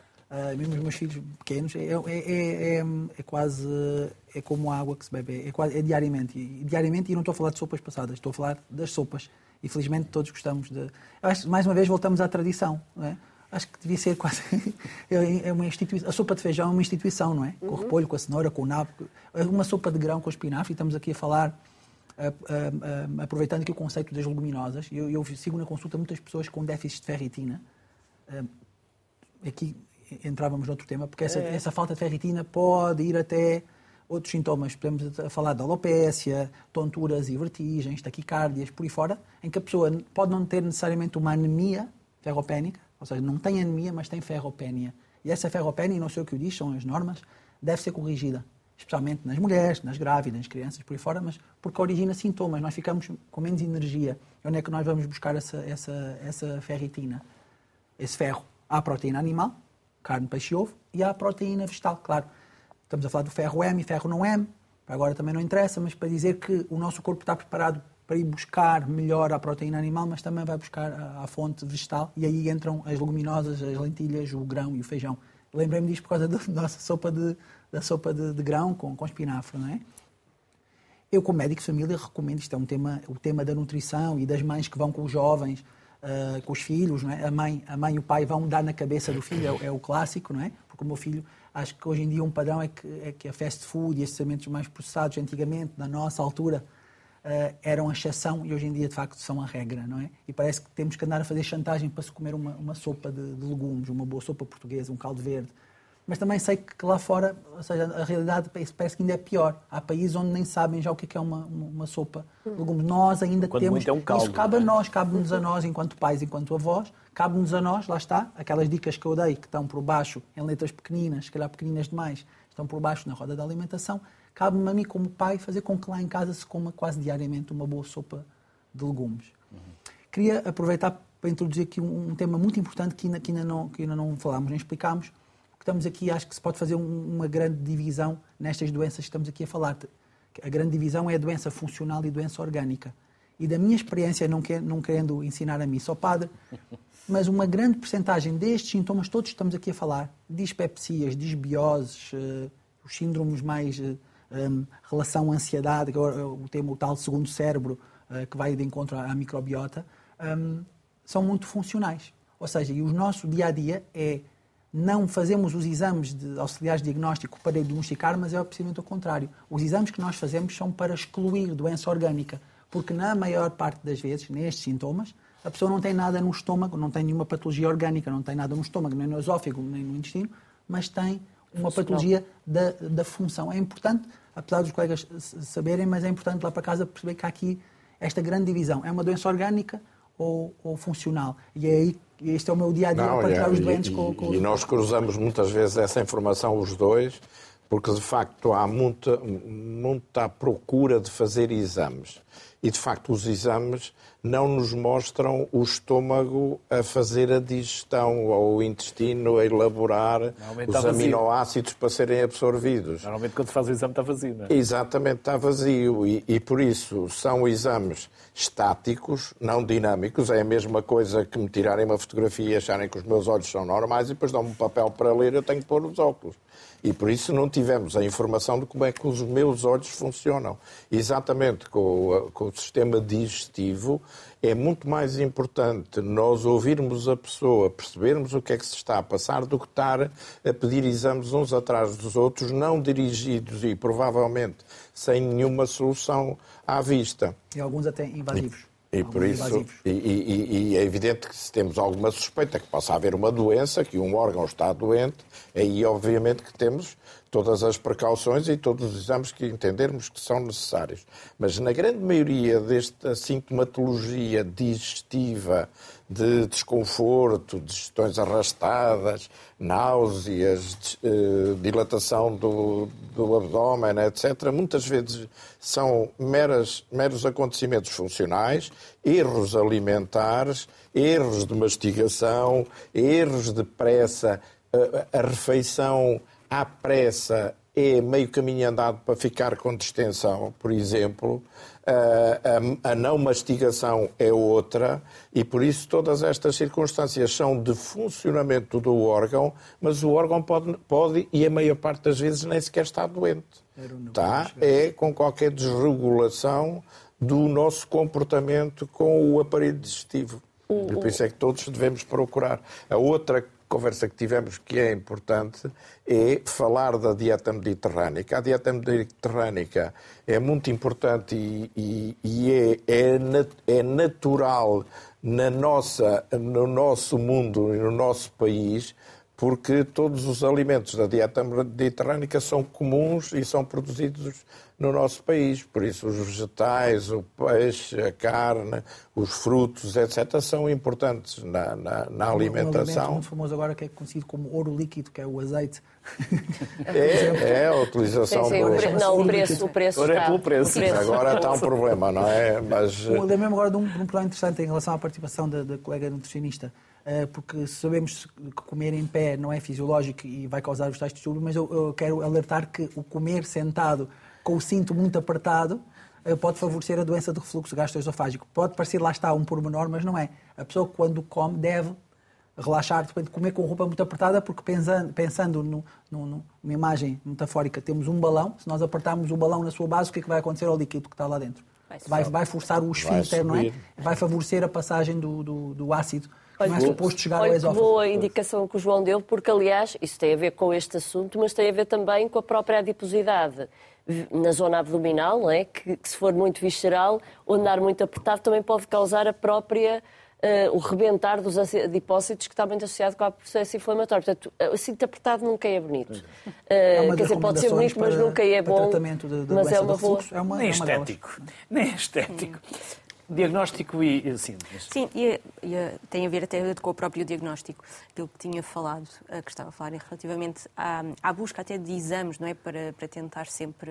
Uh, mesmo os meus filhos pequenos, é, é, é, é quase é como a água que se bebe, é, quase, é diariamente. E, diariamente, e não estou a falar de sopas passadas, estou a falar das sopas. E felizmente todos gostamos de... Eu acho que, mais uma vez, voltamos à tradição, não é? Acho que devia ser quase... é uma instituição. A sopa de feijão é uma instituição, não é? Com o repolho, com a cenoura, com o nabo. Uma sopa de grão com espinafre, e estamos aqui a falar... Uh, uh, uh, aproveitando aqui o conceito das leguminosas, eu, eu sigo na consulta muitas pessoas com déficit de ferritina. Uh, aqui entrávamos noutro tema, porque essa, é. essa falta de ferritina pode ir até outros sintomas. Podemos falar de alopécia, tonturas e vertigens, taquicárdias, por aí fora, em que a pessoa pode não ter necessariamente uma anemia ferropénica, ou seja, não tem anemia, mas tem ferropénia. E essa ferropénia, não sei o que o diz, são as normas, deve ser corrigida. Especialmente nas mulheres, nas grávidas, nas crianças, por aí fora, mas porque origina sintomas, nós ficamos com menos energia. Onde é que nós vamos buscar essa, essa, essa ferritina? Esse ferro? Há a proteína animal, carne, peixe e ovo, e há a proteína vegetal, claro. Estamos a falar do ferro M e ferro não M, agora também não interessa, mas para dizer que o nosso corpo está preparado para ir buscar melhor a proteína animal, mas também vai buscar a, a fonte vegetal, e aí entram as leguminosas, as lentilhas, o grão e o feijão. Lembrei-me disto por causa da nossa sopa de, da sopa de, de grão com, com espinafre, não é? Eu, como médico de família, recomendo, isto é um tema, o tema da nutrição e das mães que vão com os jovens, uh, com os filhos, não é? A mãe, a mãe e o pai vão dar na cabeça do filho, é, é o clássico, não é? Porque o meu filho, acho que hoje em dia um padrão é que, é que a fast food e esses alimentos mais processados, antigamente, na nossa altura, uh, eram a exceção e hoje em dia, de facto, são a regra, não é? E parece que temos que andar a fazer chantagem para se comer uma, uma sopa de, de legumes, uma boa sopa portuguesa, um caldo verde. Mas também sei que lá fora, ou seja, a realidade parece que ainda é pior. Há países onde nem sabem já o que é uma, uma sopa de legumes. Nós ainda Quando temos... muito é um caldo, isso cabe a não é? nós, cabe-nos a nós, enquanto pais, enquanto avós, cabe-nos a nós, lá está, aquelas dicas que eu dei, que estão por baixo, em letras pequeninas, se calhar pequeninas demais, estão por baixo na roda da alimentação, cabe-me a mim, como pai, fazer com que lá em casa se coma quase diariamente uma boa sopa de legumes. Uhum. Queria aproveitar para introduzir aqui um, um tema muito importante que ainda, que ainda, não, que ainda não falámos, nem explicámos. Estamos aqui, acho que se pode fazer um, uma grande divisão nestas doenças que estamos aqui a falar. A grande divisão é a doença funcional e a doença orgânica. E da minha experiência, não, que, não querendo ensinar a mim, sou padre, mas uma grande percentagem destes sintomas, todos estamos aqui a falar, dispepsias, disbioses, uh, os síndromes mais uh, um, relação ansiedade, que é o, tema, o tal segundo cérebro, uh, que vai de encontro à, à microbiota, um, são muito funcionais. Ou seja, e o nosso dia-a-dia é... Não fazemos os exames de auxiliares de diagnóstico para diagnosticar, mas é precisamente o contrário. Os exames que nós fazemos são para excluir doença orgânica, porque na maior parte das vezes, nestes sintomas, a pessoa não tem nada no estômago, não tem nenhuma patologia orgânica, não tem nada no estômago, nem no esófago, nem no intestino, mas tem uma patologia da, da função. É importante, apesar dos colegas saberem, mas é importante lá para casa perceber que há aqui esta grande divisão. É uma doença orgânica ou, ou funcional? E é aí este é o meu dia-a-dia para tirar os doentes e, com, com... E nós cruzamos muitas vezes essa informação, os dois, porque de facto há muita, muita procura de fazer exames. e, de facto, os exames não nos mostram o estômago a fazer a digestão ou o intestino a elaborar os aminoácidos para serem absorvidos. Normalmente, quando se faz o exame, está vazio, não é? Exatamente, está vazio. E, e, por isso, são exames estáticos, não dinâmicos. É a mesma coisa que me tirarem uma fotografia e acharem que os meus olhos são normais e depois dão-me um papel para ler, eu tenho que pôr os óculos. E por isso não tivemos a informação de como é que os meus olhos funcionam. Exatamente com o, com o sistema digestivo, é muito mais importante nós ouvirmos a pessoa, percebermos o que é que se está a passar, do que estar a pedir exames uns atrás dos outros, não dirigidos e provavelmente sem nenhuma solução à vista. E alguns até invasivos. E por isso, e, e, e é evidente que se temos alguma suspeita que possa haver uma doença, que um órgão está doente, aí obviamente que temos todas as precauções e todos os exames que entendermos que são necessários. Mas na grande maioria desta sintomatologia digestiva, de desconforto, digestões arrastadas, náuseas, dilatação do, do abdômen, etcétera, muitas vezes são meras, meros acontecimentos funcionais, erros alimentares, erros de mastigação, erros de pressa, a, a refeição à pressa é meio caminho andado para ficar com distensão, por exemplo. A, a, a não mastigação é outra, e por isso todas estas circunstâncias são de funcionamento do órgão, mas o órgão pode, pode e a maior parte das vezes nem sequer está doente. Tá? É com qualquer desregulação do nosso comportamento com o aparelho digestivo. E por isso é que todos devemos procurar. A outra conversa que tivemos, que é importante, é falar da dieta mediterrânica. A dieta mediterrânica é muito importante e, e, e é, é, nat, é natural na nossa, no nosso mundo e no nosso país, porque todos os alimentos da dieta mediterrânica são comuns e são produzidos no nosso país. Por isso, os vegetais, o peixe, a carne, os frutos, etcétera, são importantes na, na, na alimentação. Um alimento muito famoso agora que é conhecido como ouro líquido, que é o azeite. É, é a utilização sim, sim, do... o pre... Não, o preço, o preço agora está... é pelo preço. O preço. Agora está um problema, não é? Mas... Lembro-me agora de um, de um problema interessante em relação à participação da, da colega nutricionista, porque sabemos que comer em pé não é fisiológico e vai causar os tais distúrbios, mas eu, eu quero alertar que o comer sentado com o cinto muito apertado pode favorecer a doença de refluxo gastroesofágico. Pode parecer, lá está, um pormenor, mas não é. A pessoa, quando come, deve relaxar, depois de comer com roupa muito apertada, porque pensando, pensando no, no, numa imagem metafórica, temos um balão, se nós apertarmos o balão na sua base, o que é que vai acontecer ao líquido que está lá dentro? Vai, vai forçar o esfíncter, não é? Vai favorecer a passagem do, do, do ácido. Olha, não é suposto chegar olha ao esófago. Que boa indicação que o João deu, porque, aliás, isso tem a ver com este assunto, mas tem a ver também com a própria adiposidade na zona abdominal, não é? que, que se for muito visceral, ou andar muito apertado, também pode causar a própria, uh, o rebentar dos adipócitos, que está muito associado com o processo inflamatório. Portanto, o cinto apertado nunca é bonito. Uh, é quer dizer, pode ser bonito, mas nunca é bom. Tratamento de, de mas é uma boa... é uma, nem é uma estético. Delas. Nem estético. Diagnóstico e... Assim, Sim, e, e, tem a ver até com o próprio diagnóstico, aquilo que tinha falado, que estava a falar relativamente à, à busca até de exames, não é? Para, para tentar sempre...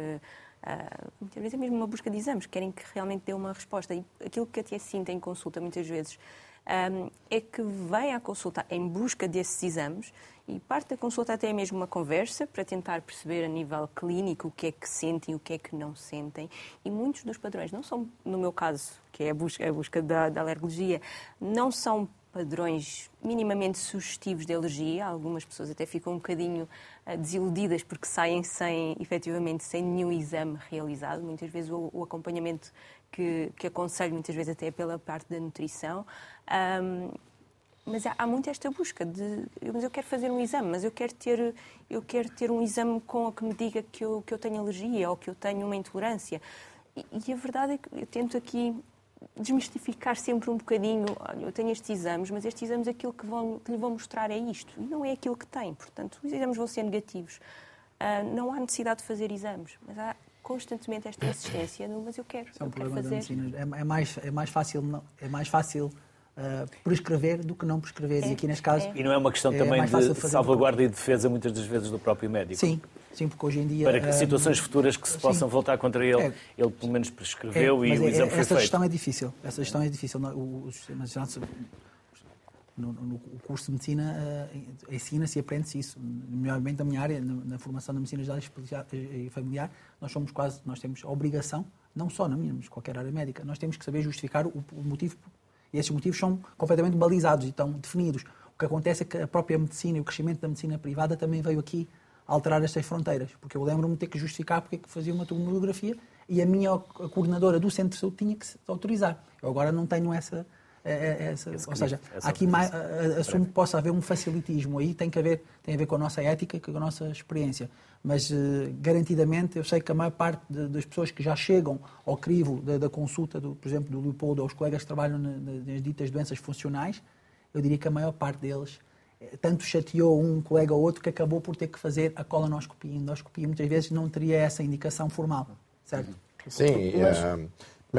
Uh, muitas vezes é mesmo uma busca de exames, querem que realmente dê uma resposta. E aquilo que até sinto em consulta, muitas vezes, um, é que vem à consulta em busca desses exames e parte da consulta até é mesmo uma conversa para tentar perceber a nível clínico o que é que sentem e o que é que não sentem. E muitos dos padrões, não são, no meu caso, que é a busca, a busca da, da alergologia, não são padrões minimamente sugestivos de alergia. Algumas pessoas até ficam um bocadinho uh, desiludidas porque saem sem, efetivamente, sem nenhum exame realizado. Muitas vezes o, o acompanhamento que, que aconselho, muitas vezes até pela parte da nutrição. Um, mas há, há muito esta busca de, mas eu quero fazer um exame, mas eu quero ter, eu quero ter um exame com que me diga que eu, que eu tenho alergia ou que eu tenho uma intolerância. E, e a verdade é que eu tento aqui desmistificar sempre um bocadinho, olha, eu tenho estes exames, mas estes exames aquilo que, vão, que lhe vão mostrar é isto, e não é aquilo que tem. Portanto, os exames vão ser negativos. Uh, não há necessidade de fazer exames, mas há constantemente esta insistência no, mas eu quero, é um eu quero fazer. É, é, mais, é mais fácil, não, é mais fácil uh, prescrever do que não prescrever. É, e aqui neste caso... É. E não é uma questão é também de de salvaguarda e defesa, muitas das vezes, do próprio médico? Sim. Sim, porque hoje em dia... Para que uh, situações futuras que se sim. possam voltar contra ele, é, ele pelo menos prescreveu é, e mas o é, exame foi essa feito. Gestão é difícil. Essa gestão é difícil. O, o Sistema Nacional de Saúde... No, no curso de Medicina uh, ensina-se e aprende-se isso. Nomeadamente na minha área, na, na formação da Medicina Geral e Familiar, nós somos quase, nós temos a obrigação, não só na minha, mas qualquer área médica, nós temos que saber justificar o, o motivo, e esses motivos são completamente balizados e estão definidos. O que acontece é que a própria medicina e o crescimento da medicina privada também veio aqui alterar estas fronteiras, porque eu lembro-me de ter que justificar porque é que fazia uma tomografia e a minha a coordenadora do centro de saúde tinha que se autorizar. Eu agora não tenho essa... É, é, é, ou seja, aqui mais, assumo que possa haver um facilitismo, aí tem que haver, tem a ver com a nossa ética, com a nossa experiência, mas uh, garantidamente eu sei que a maior parte de, das pessoas que já chegam ao crivo da, da consulta, do, por exemplo, do Leopoldo ou os colegas que trabalham na, nas ditas doenças funcionais, eu diria que a maior parte deles tanto chateou um colega ou outro que acabou por ter que fazer a colonoscopia e a endoscopia, muitas vezes não teria essa indicação formal, certo? Sim, mas... uh...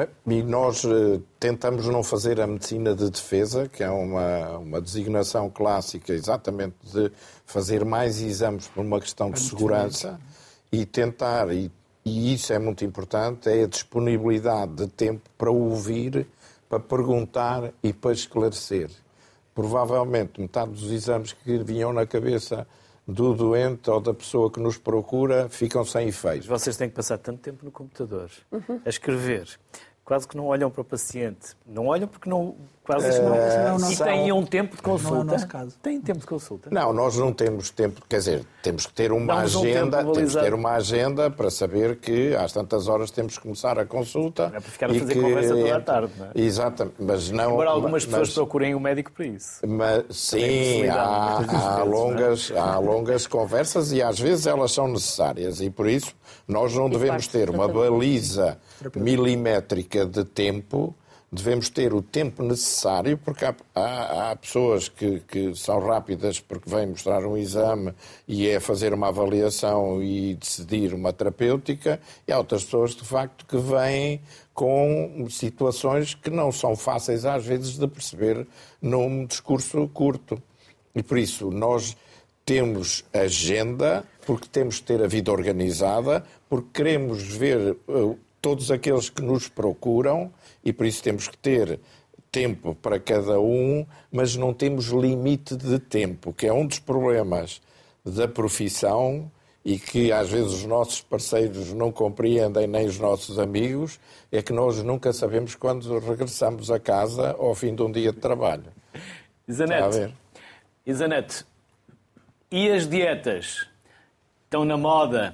E nós uh, tentamos não fazer a medicina de defesa, que é uma, uma designação clássica exatamente de fazer mais exames por uma questão de segurança e tentar, e, e isso é muito importante, é a disponibilidade de tempo para ouvir, para perguntar e para esclarecer. Provavelmente metade dos exames que vinham na cabeça do doente ou da pessoa que nos procura ficam sem efeito. Vocês têm que passar tanto tempo no computador uhum. a escrever, quase que não olham para o paciente. Não olham porque não... Quase uh, não, não, e têm um tempo de consulta. Não é o nosso caso. Têm tempo de consulta. Não, nós não temos tempo, quer dizer, temos que ter uma Damos agenda, um temos que ter uma agenda para saber que às tantas horas temos que começar a consulta. Não é para ficar a fazer que... conversa toda a tarde, não é? Exatamente, mas não... Embora algumas mas, pessoas procurem o médico para isso. Mas, sim, há, há, longas, há longas conversas e às vezes elas são necessárias e por isso nós não devemos ter uma baliza milimétrica de tempo. Devemos ter o tempo necessário, porque há, há, há pessoas que, que são rápidas porque vêm mostrar um exame e é fazer uma avaliação e decidir uma terapêutica, e há outras pessoas, de facto, que vêm com situações que não são fáceis, às vezes, de perceber num discurso curto. E, por isso, nós temos agenda, porque temos que ter a vida organizada, porque queremos ver uh, todos aqueles que nos procuram, e por isso temos que ter tempo para cada um, mas não temos limite de tempo, que é um dos problemas da profissão e que às vezes os nossos parceiros não compreendem, nem os nossos amigos, é que nós nunca sabemos quando regressamos a casa ao fim de um dia de trabalho. Isanete, Isanete, e as dietas? Estão na moda,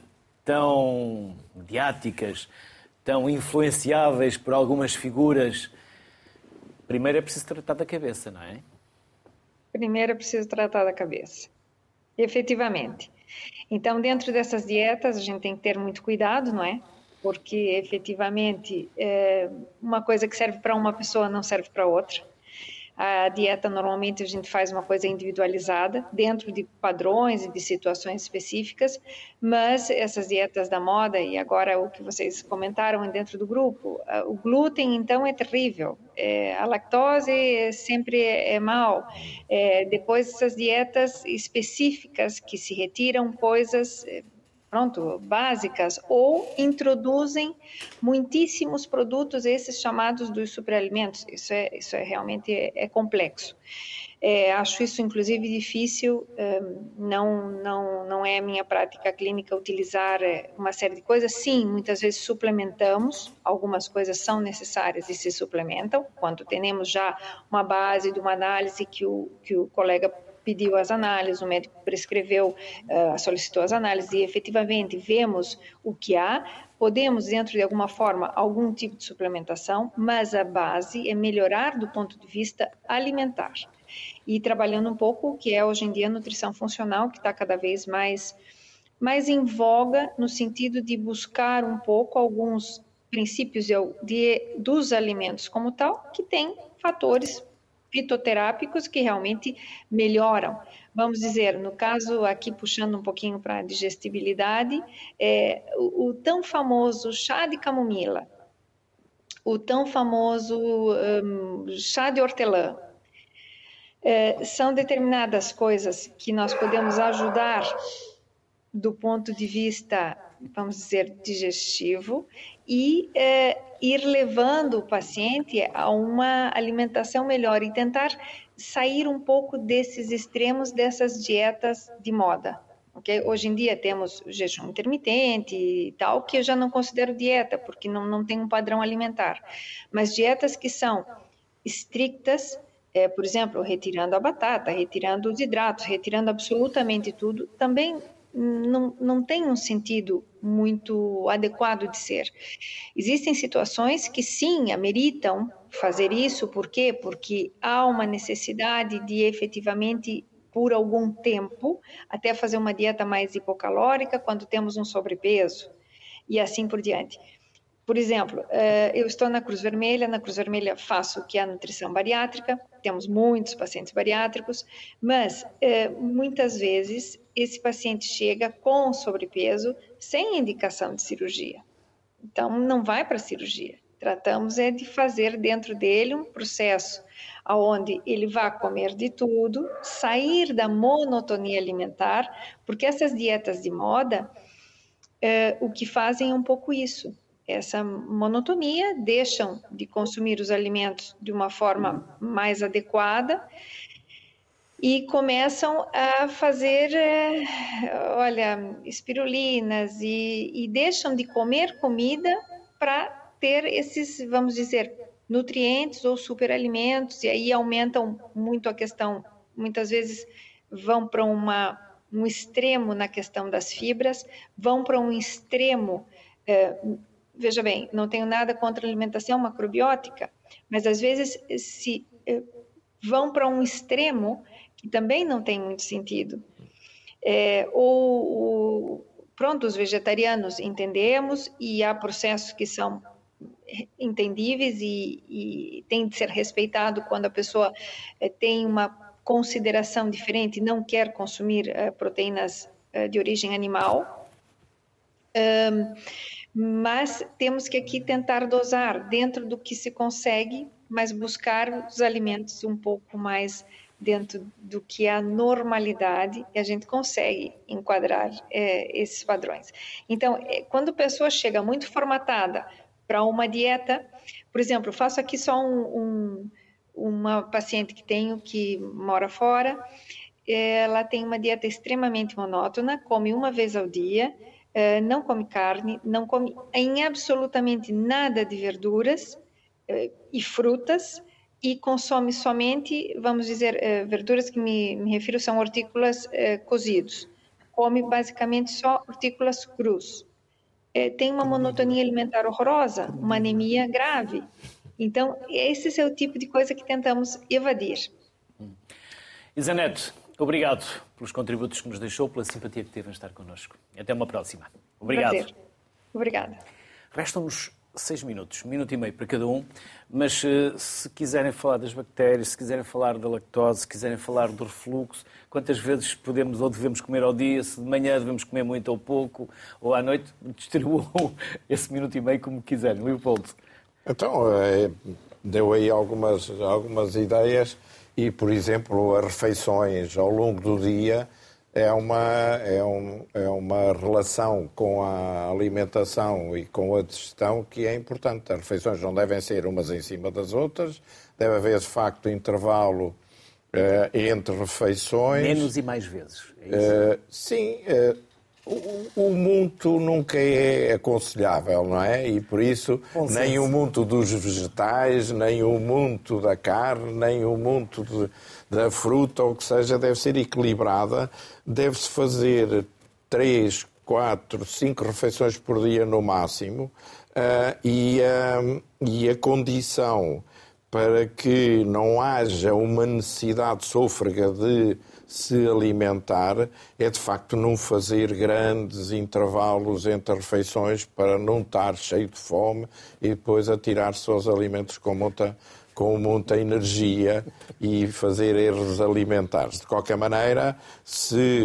tão mediáticas, tão influenciáveis por algumas figuras. Primeiro é preciso tratar da cabeça, não é? Primeiro é preciso tratar da cabeça. Efetivamente. Então, dentro dessas dietas, a gente tem que ter muito cuidado, não é? Porque, efetivamente, é uma coisa que serve para uma pessoa não serve para outra. A dieta, normalmente, a gente faz uma coisa individualizada, dentro de padrões e de situações específicas, mas essas dietas da moda, e agora o que vocês comentaram dentro do grupo, o glúten, então, é terrível. É, a lactose sempre é, é mal. É, depois, essas dietas específicas que se retiram coisas... pronto, básicas, ou introduzem muitíssimos produtos, esses chamados dos superalimentos. Isso é, isso é realmente é, é complexo. É, acho isso, inclusive, difícil. Não, não, não é minha prática clínica utilizar uma série de coisas. Sim, muitas vezes suplementamos. Algumas coisas são necessárias e se suplementam, quando temos já uma base de uma análise que o, que o colega pediu as análises, o médico prescreveu, uh, solicitou as análises e efetivamente vemos o que há. Podemos, dentro de alguma forma, algum tipo de suplementação, mas a base é melhorar do ponto de vista alimentar. E trabalhando um pouco o que é hoje em dia a nutrição funcional, que está cada vez mais, mais em voga, no sentido de buscar um pouco alguns princípios de, de, dos alimentos como tal, que tem fatores fitoterápicos que realmente melhoram. Vamos dizer, no caso aqui, puxando um pouquinho para a digestibilidade, é, o, o tão famoso chá de camomila, o tão famoso um, chá de hortelã, é, são determinadas coisas que nós podemos ajudar do ponto de vista, vamos dizer, digestivo, e é, ir levando o paciente a uma alimentação melhor e tentar sair um pouco desses extremos, dessas dietas de moda. Okay? Hoje em dia temos jejum intermitente e tal, que eu já não considero dieta, porque não, não tem um padrão alimentar. Mas dietas que são estrictas, é, por exemplo, retirando a batata, retirando os hidratos, retirando absolutamente tudo, também não, não tem um sentido muito adequado de ser. Existem situações que sim, ameritam fazer isso, por quê? Porque há uma necessidade de efetivamente, por algum tempo, até fazer uma dieta mais hipocalórica quando temos um sobrepeso e assim por diante. Por exemplo, eu estou na Cruz Vermelha, na Cruz Vermelha faço o que é a nutrição bariátrica, temos muitos pacientes bariátricos, mas muitas vezes esse paciente chega com sobrepeso sem indicação de cirurgia. Então, não vai para a cirurgia. Tratamos é de fazer dentro dele um processo onde ele vai comer de tudo, sair da monotonia alimentar, porque essas dietas de moda, o que fazem é um pouco isso. Essa monotonia, deixam de consumir os alimentos de uma forma mais adequada e começam a fazer, é, olha, espirulinas e, e deixam de comer comida para ter esses, vamos dizer, nutrientes ou superalimentos, e aí aumentam muito a questão, muitas vezes vão para uma, um extremo na questão das fibras, vão para um extremo... É, veja bem, não tenho nada contra a alimentação macrobiótica, mas às vezes se eh, vão para um extremo que também não tem muito sentido. É, ou, ou, pronto, os vegetarianos entendemos e há processos que são entendíveis e, e tem de ser respeitado quando a pessoa eh, tem uma consideração diferente, não quer consumir eh, proteínas eh, de origem animal. Um, mas temos que aqui tentar dosar dentro do que se consegue, mas buscar os alimentos um pouco mais dentro do que é a normalidade, e a gente consegue enquadrar é, esses padrões. Então, é, quando a pessoa chega muito formatada para uma dieta, por exemplo, eu faço aqui só um, um, uma paciente que tenho que mora fora, ela tem uma dieta extremamente monótona, come uma vez ao dia, Uh, não come carne, não come em absolutamente nada de verduras uh, e frutas e consome somente, vamos dizer, uh, verduras que me, me refiro são hortícolas uh, cozidos. Come basicamente só hortícolas crus. Uh, tem uma monotonia alimentar horrorosa, uma anemia grave. Então, esse é o tipo de coisa que tentamos evadir. Isa Neto, obrigado pelos contributos que nos deixou, pela simpatia que teve em estar connosco. Até uma próxima. Obrigado. Prazer. Obrigada. Restam-nos seis minutos, um minuto e meio para cada um, mas se quiserem falar das bactérias, se quiserem falar da lactose, se quiserem falar do refluxo, quantas vezes podemos ou devemos comer ao dia, se de manhã devemos comer muito ou pouco, ou à noite, distribuam esse minuto e meio como quiserem. Leopoldo. Então, deu aí algumas, algumas ideias. E, por exemplo, as refeições ao longo do dia é uma, é, um, é uma relação com a alimentação e com a digestão que é importante. As refeições não devem ser umas em cima das outras, deve haver, de facto, intervalo uh, entre refeições. Menos e mais vezes. É isso? Uh, sim, uh, o, o muito nunca é aconselhável, não é? E por isso, Bom nem senso. o muito dos vegetais, nem o muito da carne, nem o muito de, da fruta, ou o que seja, deve ser equilibrada. Deve-se fazer três, quatro, cinco refeições por dia no máximo. Uh, e, uh, e a condição para que não haja uma necessidade sôfrega de se alimentar é, de facto, não fazer grandes intervalos entre refeições para não estar cheio de fome e depois atirar-se aos alimentos com muita, com muita energia e fazer erros alimentares. De qualquer maneira, se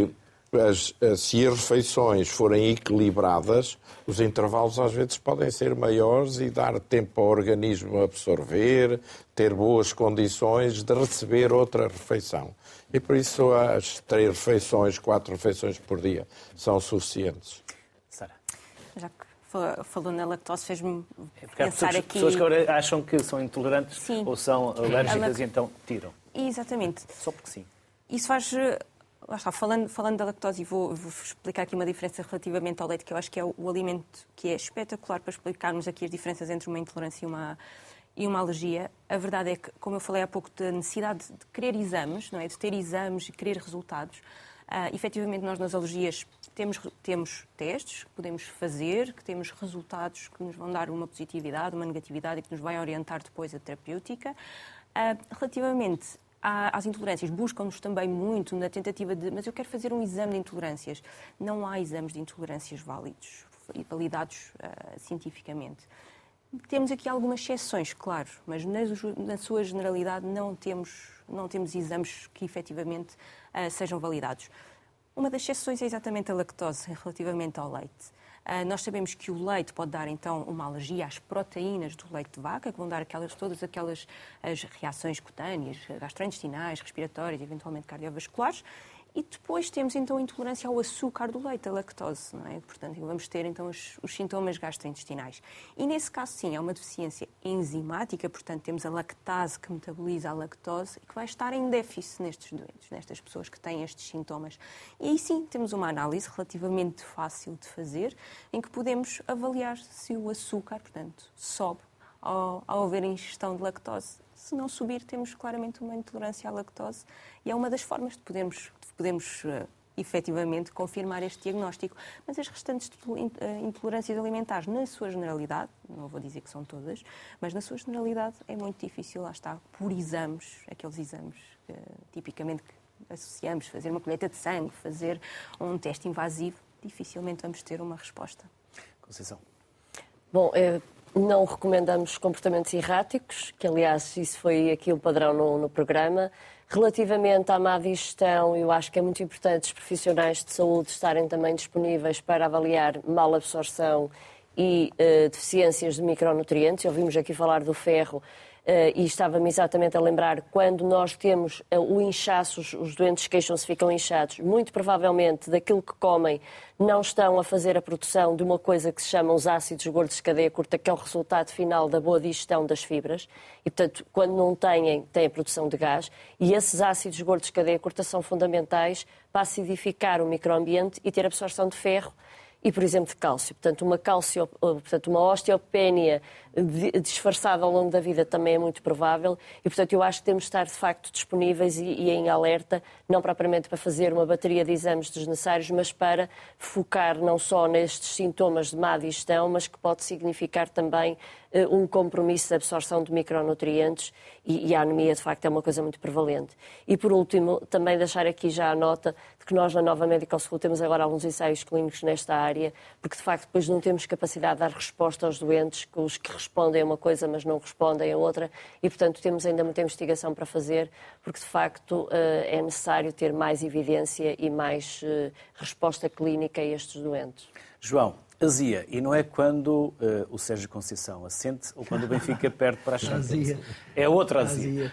as, se as refeições forem equilibradas, os intervalos às vezes podem ser maiores e dar tempo ao organismo absorver, ter boas condições de receber outra refeição. E por isso as três refeições, quatro refeições por dia são suficientes. Sara. Já que falou na lactose, fez-me é pensar há aqui... pessoas que agora acham que são intolerantes sim. ou são alérgicas lac... e então tiram. Exatamente. Só porque sim. Isso faz... Lá está, falando, falando da lactose, e vou, vou explicar aqui uma diferença relativamente ao leite, que eu acho que é o, o alimento que é espetacular para explicarmos aqui as diferenças entre uma intolerância e uma, e uma alergia. A verdade é que, como eu falei há pouco, da necessidade de querer exames, não é? De ter exames e querer resultados. Uh, efetivamente, nós nas alergias temos, temos testes que podemos fazer, que temos resultados que nos vão dar uma positividade, uma negatividade e que nos vai orientar depois a terapêutica. Uh, relativamente às intolerâncias, buscam-nos também muito na tentativa de, mas eu quero fazer um exame de intolerâncias. Não há exames de intolerâncias válidos e validados uh, cientificamente. Temos aqui algumas exceções, claro, mas na, na sua generalidade não temos, não temos exames que efetivamente uh, sejam validados. Uma das exceções é exatamente a lactose relativamente ao leite. Uh, nós sabemos que o leite pode dar, então, uma alergia às proteínas do leite de vaca, que vão dar aquelas, todas aquelas as reações cutâneas, gastrointestinais, respiratórias, eventualmente cardiovasculares. E depois temos, então, a intolerância ao açúcar do leite, a lactose, não é? Portanto, vamos ter, então, os, os sintomas gastrointestinais. E, nesse caso, sim, é uma deficiência enzimática, portanto, temos a lactase que metaboliza a lactose e que vai estar em déficit nestes doentes, nestas pessoas que têm estes sintomas. E aí, sim, temos uma análise relativamente fácil de fazer, em que podemos avaliar se o açúcar, portanto, sobe ao, ao haver ingestão de lactose. Se não subir, temos claramente uma intolerância à lactose e é uma das formas de podermos, de podermos uh, efetivamente confirmar este diagnóstico. Mas as restantes intolerâncias alimentares, na sua generalidade, não vou dizer que são todas, mas na sua generalidade é muito difícil, lá está, por exames, aqueles exames uh, tipicamente que associamos, fazer uma colheita de sangue, fazer um teste invasivo, dificilmente vamos ter uma resposta. Conceição. Bom, é... Não recomendamos comportamentos erráticos, que aliás isso foi aqui o padrão no, no programa. Relativamente à má digestão, eu acho que é muito importante os profissionais de saúde estarem também disponíveis para avaliar malabsorção e uh, deficiências de micronutrientes. Ouvimos aqui falar do ferro uh, e estava-me exatamente a lembrar, quando nós temos uh, o inchaço, os, os doentes queixam-se, ficam inchados, muito provavelmente daquilo que comem não estão a fazer a produção de uma coisa que se chama os ácidos gordos de cadeia curta, que é o resultado final da boa digestão das fibras. E, portanto, quando não têm, têm a produção de gás. E esses ácidos gordos de cadeia curta são fundamentais para acidificar o microambiente e ter absorção de ferro e, por exemplo, de cálcio. Portanto, uma, calcio, portanto, uma osteopenia disfarçada ao longo da vida também é muito provável e, portanto, eu acho que temos de estar, de facto, disponíveis e, e em alerta, não propriamente para fazer uma bateria de exames desnecessários, mas para focar não só nestes sintomas de má digestão, mas que pode significar também uh, um compromisso de absorção de micronutrientes e, e a anemia, de facto, é uma coisa muito prevalente. E, por último, também deixar aqui já a nota de que nós, na Nova Medical School, temos agora alguns ensaios clínicos nesta área, porque, de facto, depois não temos capacidade de dar resposta aos doentes, que os que respondem a uma coisa, mas não respondem a outra, e, portanto, temos ainda muita investigação para fazer, porque, de facto, é necessário ter mais evidência e mais resposta clínica a estes doentes. João, azia, e não é quando uh, o Sérgio Conceição assente ou quando o Benfica perde para a Champions. Azia. É outra azia. azia.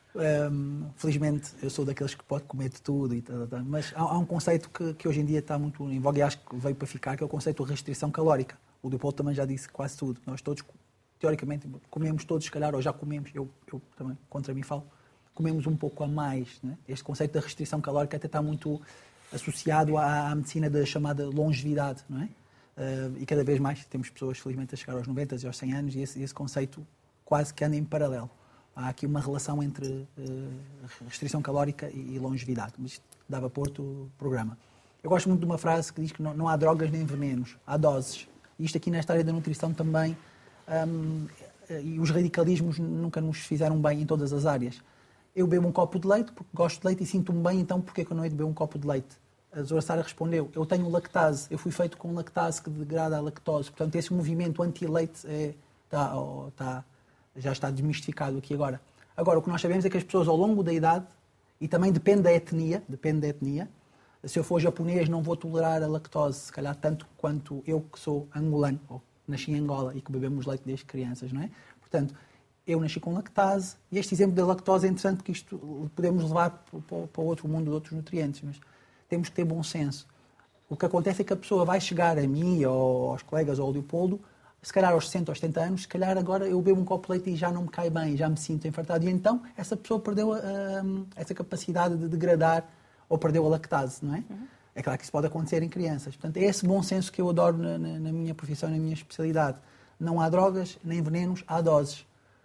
Um, felizmente, eu sou daqueles que pode comer de tudo, e tal, tal, mas há, há um conceito que, que hoje em dia está muito em voga e acho que veio para ficar, que é o conceito de restrição calórica. O Leopoldo também já disse quase tudo. Nós todos, teoricamente, comemos todos, se calhar, ou já comemos, eu, eu também contra mim falo, comemos um pouco a mais. Né? Este conceito da restrição calórica até está muito associado à, à medicina da chamada longevidade, não é? Uh, e cada vez mais temos pessoas, felizmente, a chegar aos noventa e aos cem anos e esse, esse conceito quase que anda em paralelo. Há aqui uma relação entre uh, restrição calórica e, e longevidade, mas isto dava para outro programa. Eu gosto muito de uma frase que diz que não, não há drogas nem venenos, há doses. E isto aqui nesta área da nutrição também, um, e os radicalismos nunca nos fizeram bem em todas as áreas. Eu bebo um copo de leite porque gosto de leite e sinto-me bem, então porquê que eu não hei de beber um copo de leite? A Zora Sara respondeu, eu tenho lactase, eu fui feito com lactase que degrada a lactose. Portanto, esse movimento anti-leite é, tá, oh, tá, já está desmistificado aqui agora. Agora, o que nós sabemos é que as pessoas ao longo da idade, e também depende da etnia, depende da etnia, Se eu for japonês, não vou tolerar a lactose, se calhar tanto quanto eu que sou angolano, ou nasci em Angola e que bebemos leite desde crianças, não é? Portanto, eu nasci com lactase, e este exemplo da lactose é interessante porque isto podemos levar para outro mundo de outros nutrientes, mas temos que ter bom senso. O que acontece é que a pessoa vai chegar a mim, ou aos colegas, ou ao Leopoldo, se calhar aos sessenta, aos setenta anos, se calhar agora eu bebo um copo de leite e já não me cai bem, já me sinto infartado. E então essa pessoa perdeu a, a, essa capacidade de degradar ou perdeu a lactase, não é? Uhum. É claro que isso pode acontecer em crianças. Portanto, é esse bom senso que eu adoro na, na, na minha profissão, na minha especialidade. Não há drogas, nem venenos, há doses.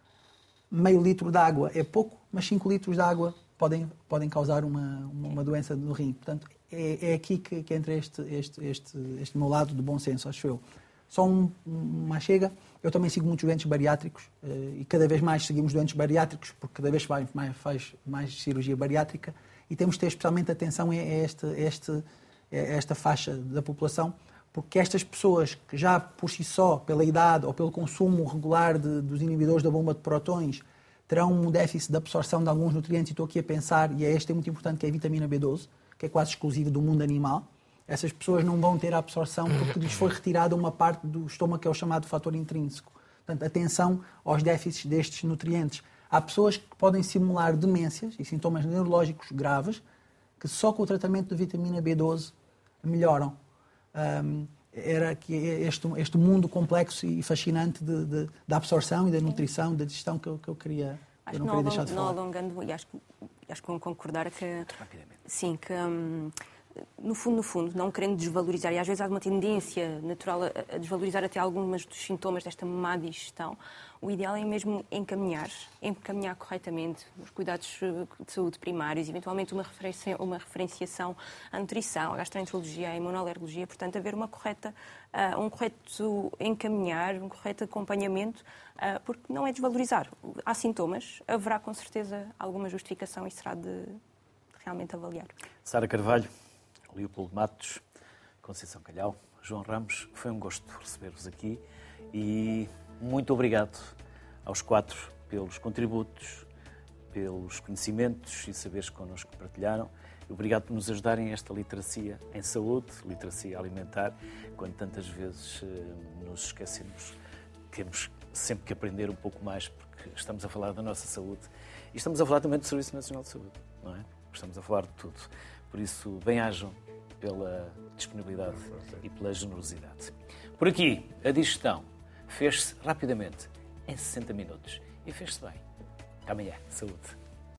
Meio litro de água é pouco, mas cinco litros de água podem, podem causar uma, uma doença no rim. Portanto, é, é aqui que, que entra este, este, este, este meu lado de bom senso, acho eu. Só um, uma chega, eu também sigo muitos doentes bariátricos e cada vez mais seguimos doentes bariátricos porque cada vez faz mais, faz mais cirurgia bariátrica e temos de ter especialmente atenção a, este, este, a esta faixa da população, porque estas pessoas que já por si só, pela idade ou pelo consumo regular de, dos inibidores da bomba de prótons, terão um déficit de absorção de alguns nutrientes, e estou aqui a pensar, e é este é muito importante, que é a vitamina B doze, que é quase exclusiva do mundo animal. Essas pessoas não vão ter a absorção porque lhes foi retirada uma parte do estômago, que é o chamado fator intrínseco. Portanto, atenção aos déficits destes nutrientes. Há pessoas que podem simular demências e sintomas neurológicos graves que só com o tratamento de vitamina B doze melhoram. Um, era que este, este mundo complexo e fascinante de, de, da absorção e da nutrição, da digestão que eu, que eu queria, acho eu não que queria não, deixar de falar. Não alongando, e acho, acho que vão concordar que... Sim, que... Hum, no fundo, no fundo, não querendo desvalorizar, e às vezes há uma tendência natural a, a desvalorizar até alguns dos sintomas desta má digestão, o ideal é mesmo encaminhar, encaminhar corretamente os cuidados de saúde primários, eventualmente uma, referência, uma referenciação à nutrição, à gastroenterologia, à imunoalergologia, portanto, haver uma correta, uh, um correto encaminhar, um correto acompanhamento, uh, porque não é desvalorizar. Há sintomas, haverá com certeza alguma justificação e será de, de realmente avaliar. Sara Carvalho, Leopoldo Matos, Conceição Calhau, João Ramos, foi um gosto receber-vos aqui e muito obrigado aos quatro pelos contributos, pelos conhecimentos e saberes que connosco partilharam. Obrigado por nos ajudarem a esta literacia em saúde, literacia alimentar, quando tantas vezes nos esquecemos, temos sempre que aprender um pouco mais, porque estamos a falar da nossa saúde e estamos a falar também do Serviço Nacional de Saúde, não é? Estamos a falar de tudo. Por isso, bem-ajam pela disponibilidade e pela generosidade. Por aqui, a digestão fez-se rapidamente, em sessenta minutos. E fez-se bem. Até amanhã. Saúde.